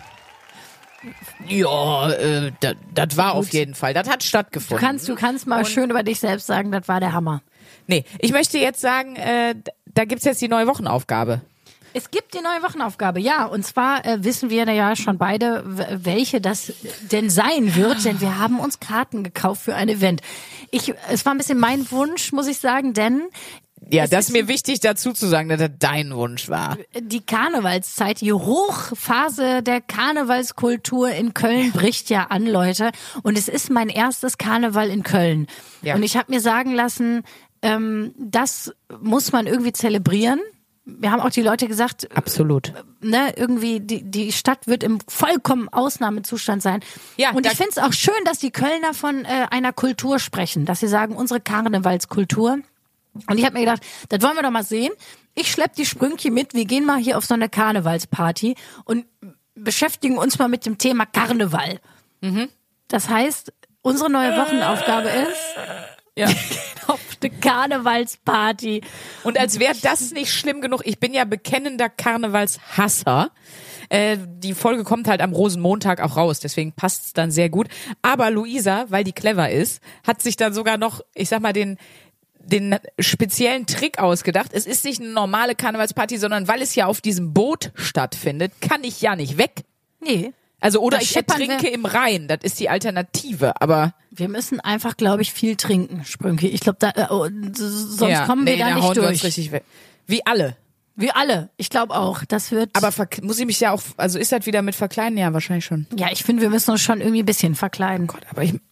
Ja, das war auf jeden Fall. Das hat stattgefunden. Du kannst mal schön über dich selbst sagen, das war der Hammer. Nee, ich möchte jetzt sagen, da gibt's jetzt die neue Wochenaufgabe. Es gibt die neue Wochenaufgabe, ja. Und zwar wissen wir ja schon beide, welche das denn sein wird, denn wir haben uns Karten gekauft für ein Event. Es war ein bisschen mein Wunsch, muss ich sagen, denn Ja, das ist mir wichtig dazu zu sagen, dass das dein Wunsch war. die Karnevalszeit, die Hochphase der Karnevalskultur in Köln bricht ja an, Leute. Und es ist mein erstes Karneval in Köln. Ja. Und ich habe mir sagen lassen, das muss man irgendwie zelebrieren. Wir haben auch die Leute gesagt, Absolut. ne, irgendwie die Stadt wird im vollkommen Ausnahmezustand sein. Ja, und ich finde es auch schön, dass die Kölner von einer Kultur sprechen, dass sie sagen, unsere Karnevalskultur. Und ich habe mir gedacht, das wollen wir doch mal sehen. Ich schlepp die Sprünki mit, wir gehen mal hier auf so eine Karnevalsparty und beschäftigen uns mal mit dem Thema Karneval. Das heißt, unsere neue Wochenaufgabe ist Ja. auf eine Karnevalsparty. Und als wäre das nicht schlimm genug, ich bin ja bekennender Karnevalshasser. Die Folge kommt halt am Rosenmontag auch raus, deswegen passt's dann sehr gut. Aber Luisa, weil die clever ist, hat sich dann sogar noch, ich sag mal, den speziellen Trick ausgedacht. Es ist nicht eine normale Karnevalsparty, sondern weil es ja auf diesem Boot stattfindet, kann ich ja nicht weg. Nee. Also oder Da ich schippern ertrinke wir- im Rhein, das ist die Alternative, aber Wir müssen einfach, glaube ich, viel trinken, Sprünki. Ich glaube, sonst ja, kommen wir nee, da hauen nicht wir uns durch. richtig weg. Wie alle. Wir alle. Ich glaube auch. Das wird. Aber muss ich mich ja auch, also ist das wieder mit verkleiden? Ja, wahrscheinlich schon. ja, ich finde, wir müssen uns schon irgendwie ein bisschen verkleiden. Gott, aber ich,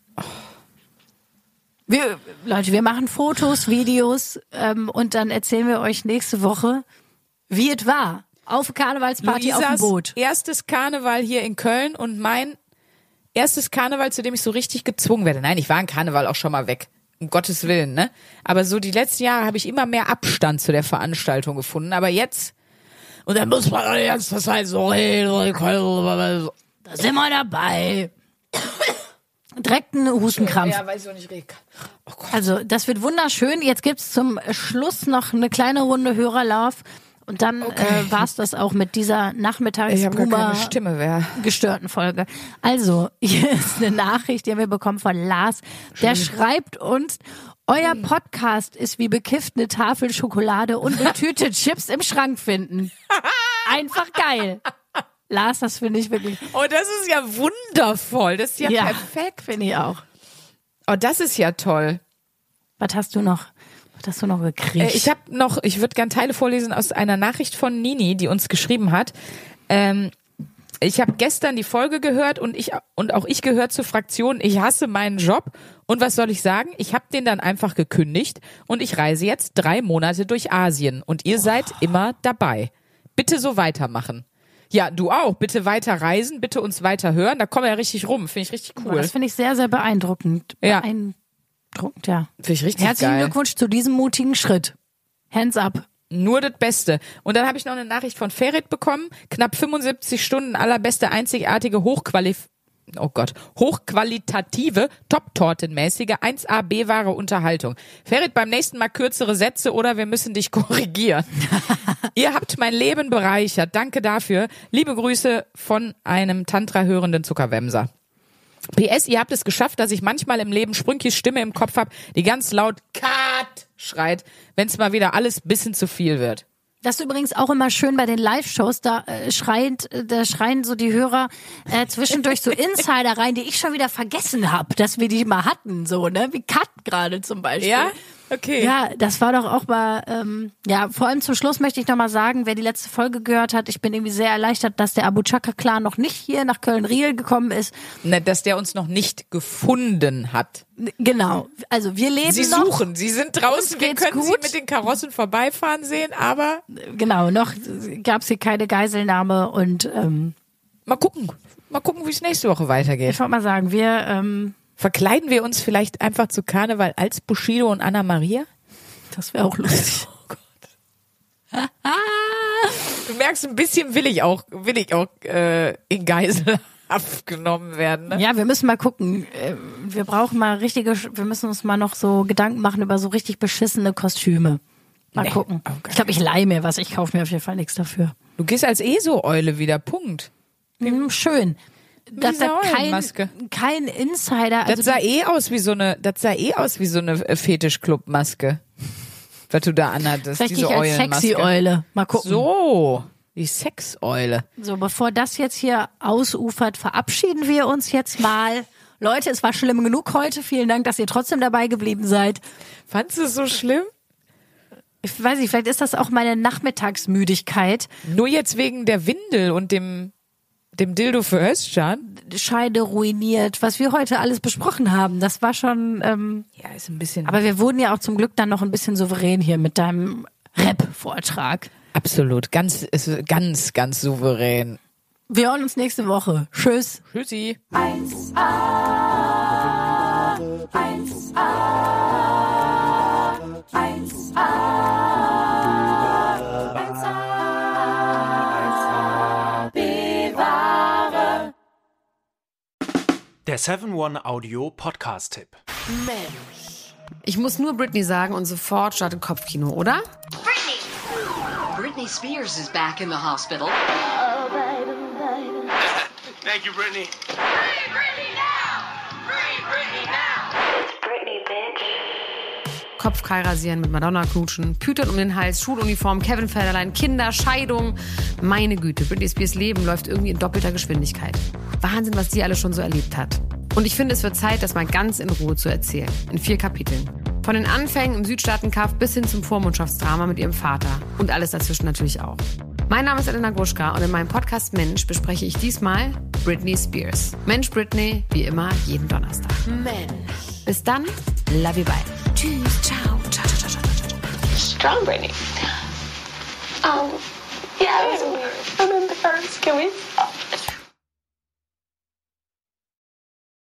Leute, wir machen Fotos, Videos und dann erzählen wir euch nächste Woche, wie es war. Auf Karnevalsparty auf dem Luisas Boot. erstes Karneval hier in Köln und mein erstes Karneval, zu dem ich so richtig gezwungen werde. Nein, ich war in Karneval auch schon mal weg. Um Gottes Willen, ne? Aber so die letzten Jahre habe ich immer mehr Abstand zu der Veranstaltung gefunden. Aber jetzt, und dann muss man jetzt das halt so reden. Da sind wir dabei. Direkt ein Hustenkrampf. Ja, weiß ich auch nicht, Rick. Oh Gott. Also, das wird wunderschön. Jetzt gibt's zum Schluss noch eine kleine Runde Hörerlauf. Und dann war's das auch mit dieser Ich habe gar Nachmittagsboomer keine Stimme mehr. gestörten Folge. Also, hier ist eine Nachricht, die wir bekommen von Lars. Der schreibt uns, euer Podcast ist wie bekifft eine Tafel Schokolade und eine Tüte Chips im Schrank finden. Einfach geil. Lars, das finde ich wirklich. Oh, das ist ja wundervoll. Das ist ja, perfekt. Finde ich auch. Oh, das ist ja toll. Was hast du noch gekriegt? Ich würde gern Teile vorlesen aus einer Nachricht von Nini, die uns geschrieben hat. Ich habe gestern die Folge gehört und auch ich gehört zur Fraktion, ich hasse meinen Job. Und was soll ich sagen? Ich habe den dann einfach gekündigt und ich reise jetzt 3 Monate durch Asien und ihr seid immer dabei. Bitte so weitermachen. Ja, du auch. Bitte weiter reisen, bitte uns weiter hören. Da kommen wir ja richtig rum. Finde ich richtig Boah, cool. das finde ich sehr, sehr beeindruckend. Ja. Beeindruckend, ja. Finde ich richtig Herzlichen geil. Glückwunsch zu diesem mutigen Schritt. Hands up. Nur das Beste. Und dann habe ich noch eine Nachricht von Ferit bekommen. Knapp 75 Stunden allerbeste, einzigartige, hochqualitative, top-tortenmäßige 1A B-Ware Unterhaltung. Ferit, beim nächsten Mal kürzere Sätze oder wir müssen dich korrigieren. Ihr habt mein Leben bereichert. Danke dafür. Liebe Grüße von einem Tantra-hörenden Zuckerwämser. PS, ihr habt es geschafft, dass ich manchmal im Leben Sprünkis Stimme im Kopf habe, die ganz laut Cut schreit, wenn es mal wieder alles bisschen zu viel wird. Das ist übrigens auch immer schön bei den Live-Shows, da schreien so die Hörer zwischendurch so Insider rein, die ich schon wieder vergessen habe, dass wir die mal hatten, so, ne? Wie Cut gerade zum Beispiel. Ja? Okay. Ja, das war doch auch mal, vor allem zum Schluss möchte ich noch mal sagen, wer die letzte Folge gehört hat, ich bin irgendwie sehr erleichtert, dass der Abu Chaka-Clan noch nicht hier nach Köln-Riel gekommen ist. Ne, dass der uns noch nicht gefunden hat. Genau, also wir leben Sie noch. suchen, sie sind draußen, Uns wir geht's können sie gut. mit den Karossen vorbeifahren sehen, aber Genau, noch gab's hier keine Geiselnahme und mal gucken, wie es nächste Woche weitergeht. ich wollte mal sagen, wir, Verkleiden wir uns vielleicht einfach zu Karneval als Bushido und Anna Maria? das wäre auch lustig. Du merkst, ein bisschen will ich auch in Geiselhaft genommen werden. Ne? Ja, wir müssen mal gucken. Wir brauchen mal wir müssen uns mal noch so Gedanken machen über so richtig beschissene Kostüme. Mal gucken. auf gar Ich glaube, ich leihe mir was. Ich kaufe mir auf jeden Fall nichts dafür. Du gehst als ESO-Eule wieder, Punkt. Schön. Dass dieser da Eulenmaske. kein Insider, Das also sah eh aus wie so eine Fetischclub-Maske. Was du da anhattest, vielleicht diese ich als Eulenmaske. Sexy-Eule. Mal gucken. So, die Sexeule. So, bevor das jetzt hier ausufert, verabschieden wir uns jetzt mal. Leute, es war schlimm genug heute. Vielen Dank, dass ihr trotzdem dabei geblieben seid. Fandst du es so schlimm? Ich weiß nicht, vielleicht ist das auch meine Nachmittagsmüdigkeit. Nur jetzt wegen der Windel und dem Dildo für Özcan? Scheide ruiniert, was wir heute alles besprochen haben. Das war schon, Ja, ist ein bisschen. aber wir wurden ja auch zum Glück dann noch ein bisschen souverän hier mit deinem Rap-Vortrag. Absolut, ganz souverän. Wir hören uns nächste Woche. Tschüss. Tschüssi. 1A, 1A, 1A, 1A, bewahre. Der 7-One Audio Podcast-Tipp. Mensch. Ich muss nur Britney sagen und sofort startet Kopfkino, oder? Britney Spears is back in the hospital. Oh, baby, baby. Thank you, Britney. Free Britney now! Free Britney now! It's Britney, bitch. Kopf kahl rasieren, mit Madonna knutschen, Pütern um den Hals, Schuluniform, Kevin Federlein, Kinder, Scheidung. Meine Güte, Britney Spears Leben läuft irgendwie in doppelter Geschwindigkeit. Wahnsinn, was die alle schon so erlebt hat. Und ich finde, es wird Zeit, das mal ganz in Ruhe zu erzählen. In 4 Kapiteln. Von den Anfängen im Südstaaten-Kaff bis hin zum Vormundschaftsdrama mit ihrem Vater. Und alles dazwischen natürlich auch. Mein Name ist Elena Gruschka und in meinem Podcast Mensch bespreche ich diesmal Britney Spears. Mensch Britney, wie immer, jeden Donnerstag. Mensch. Bis dann, love you, bye. Tschüss, ciao, ciao, ciao, ciao, ciao, ciao. Strong Britney. Yeah, it was weird. I'm in the first. Can we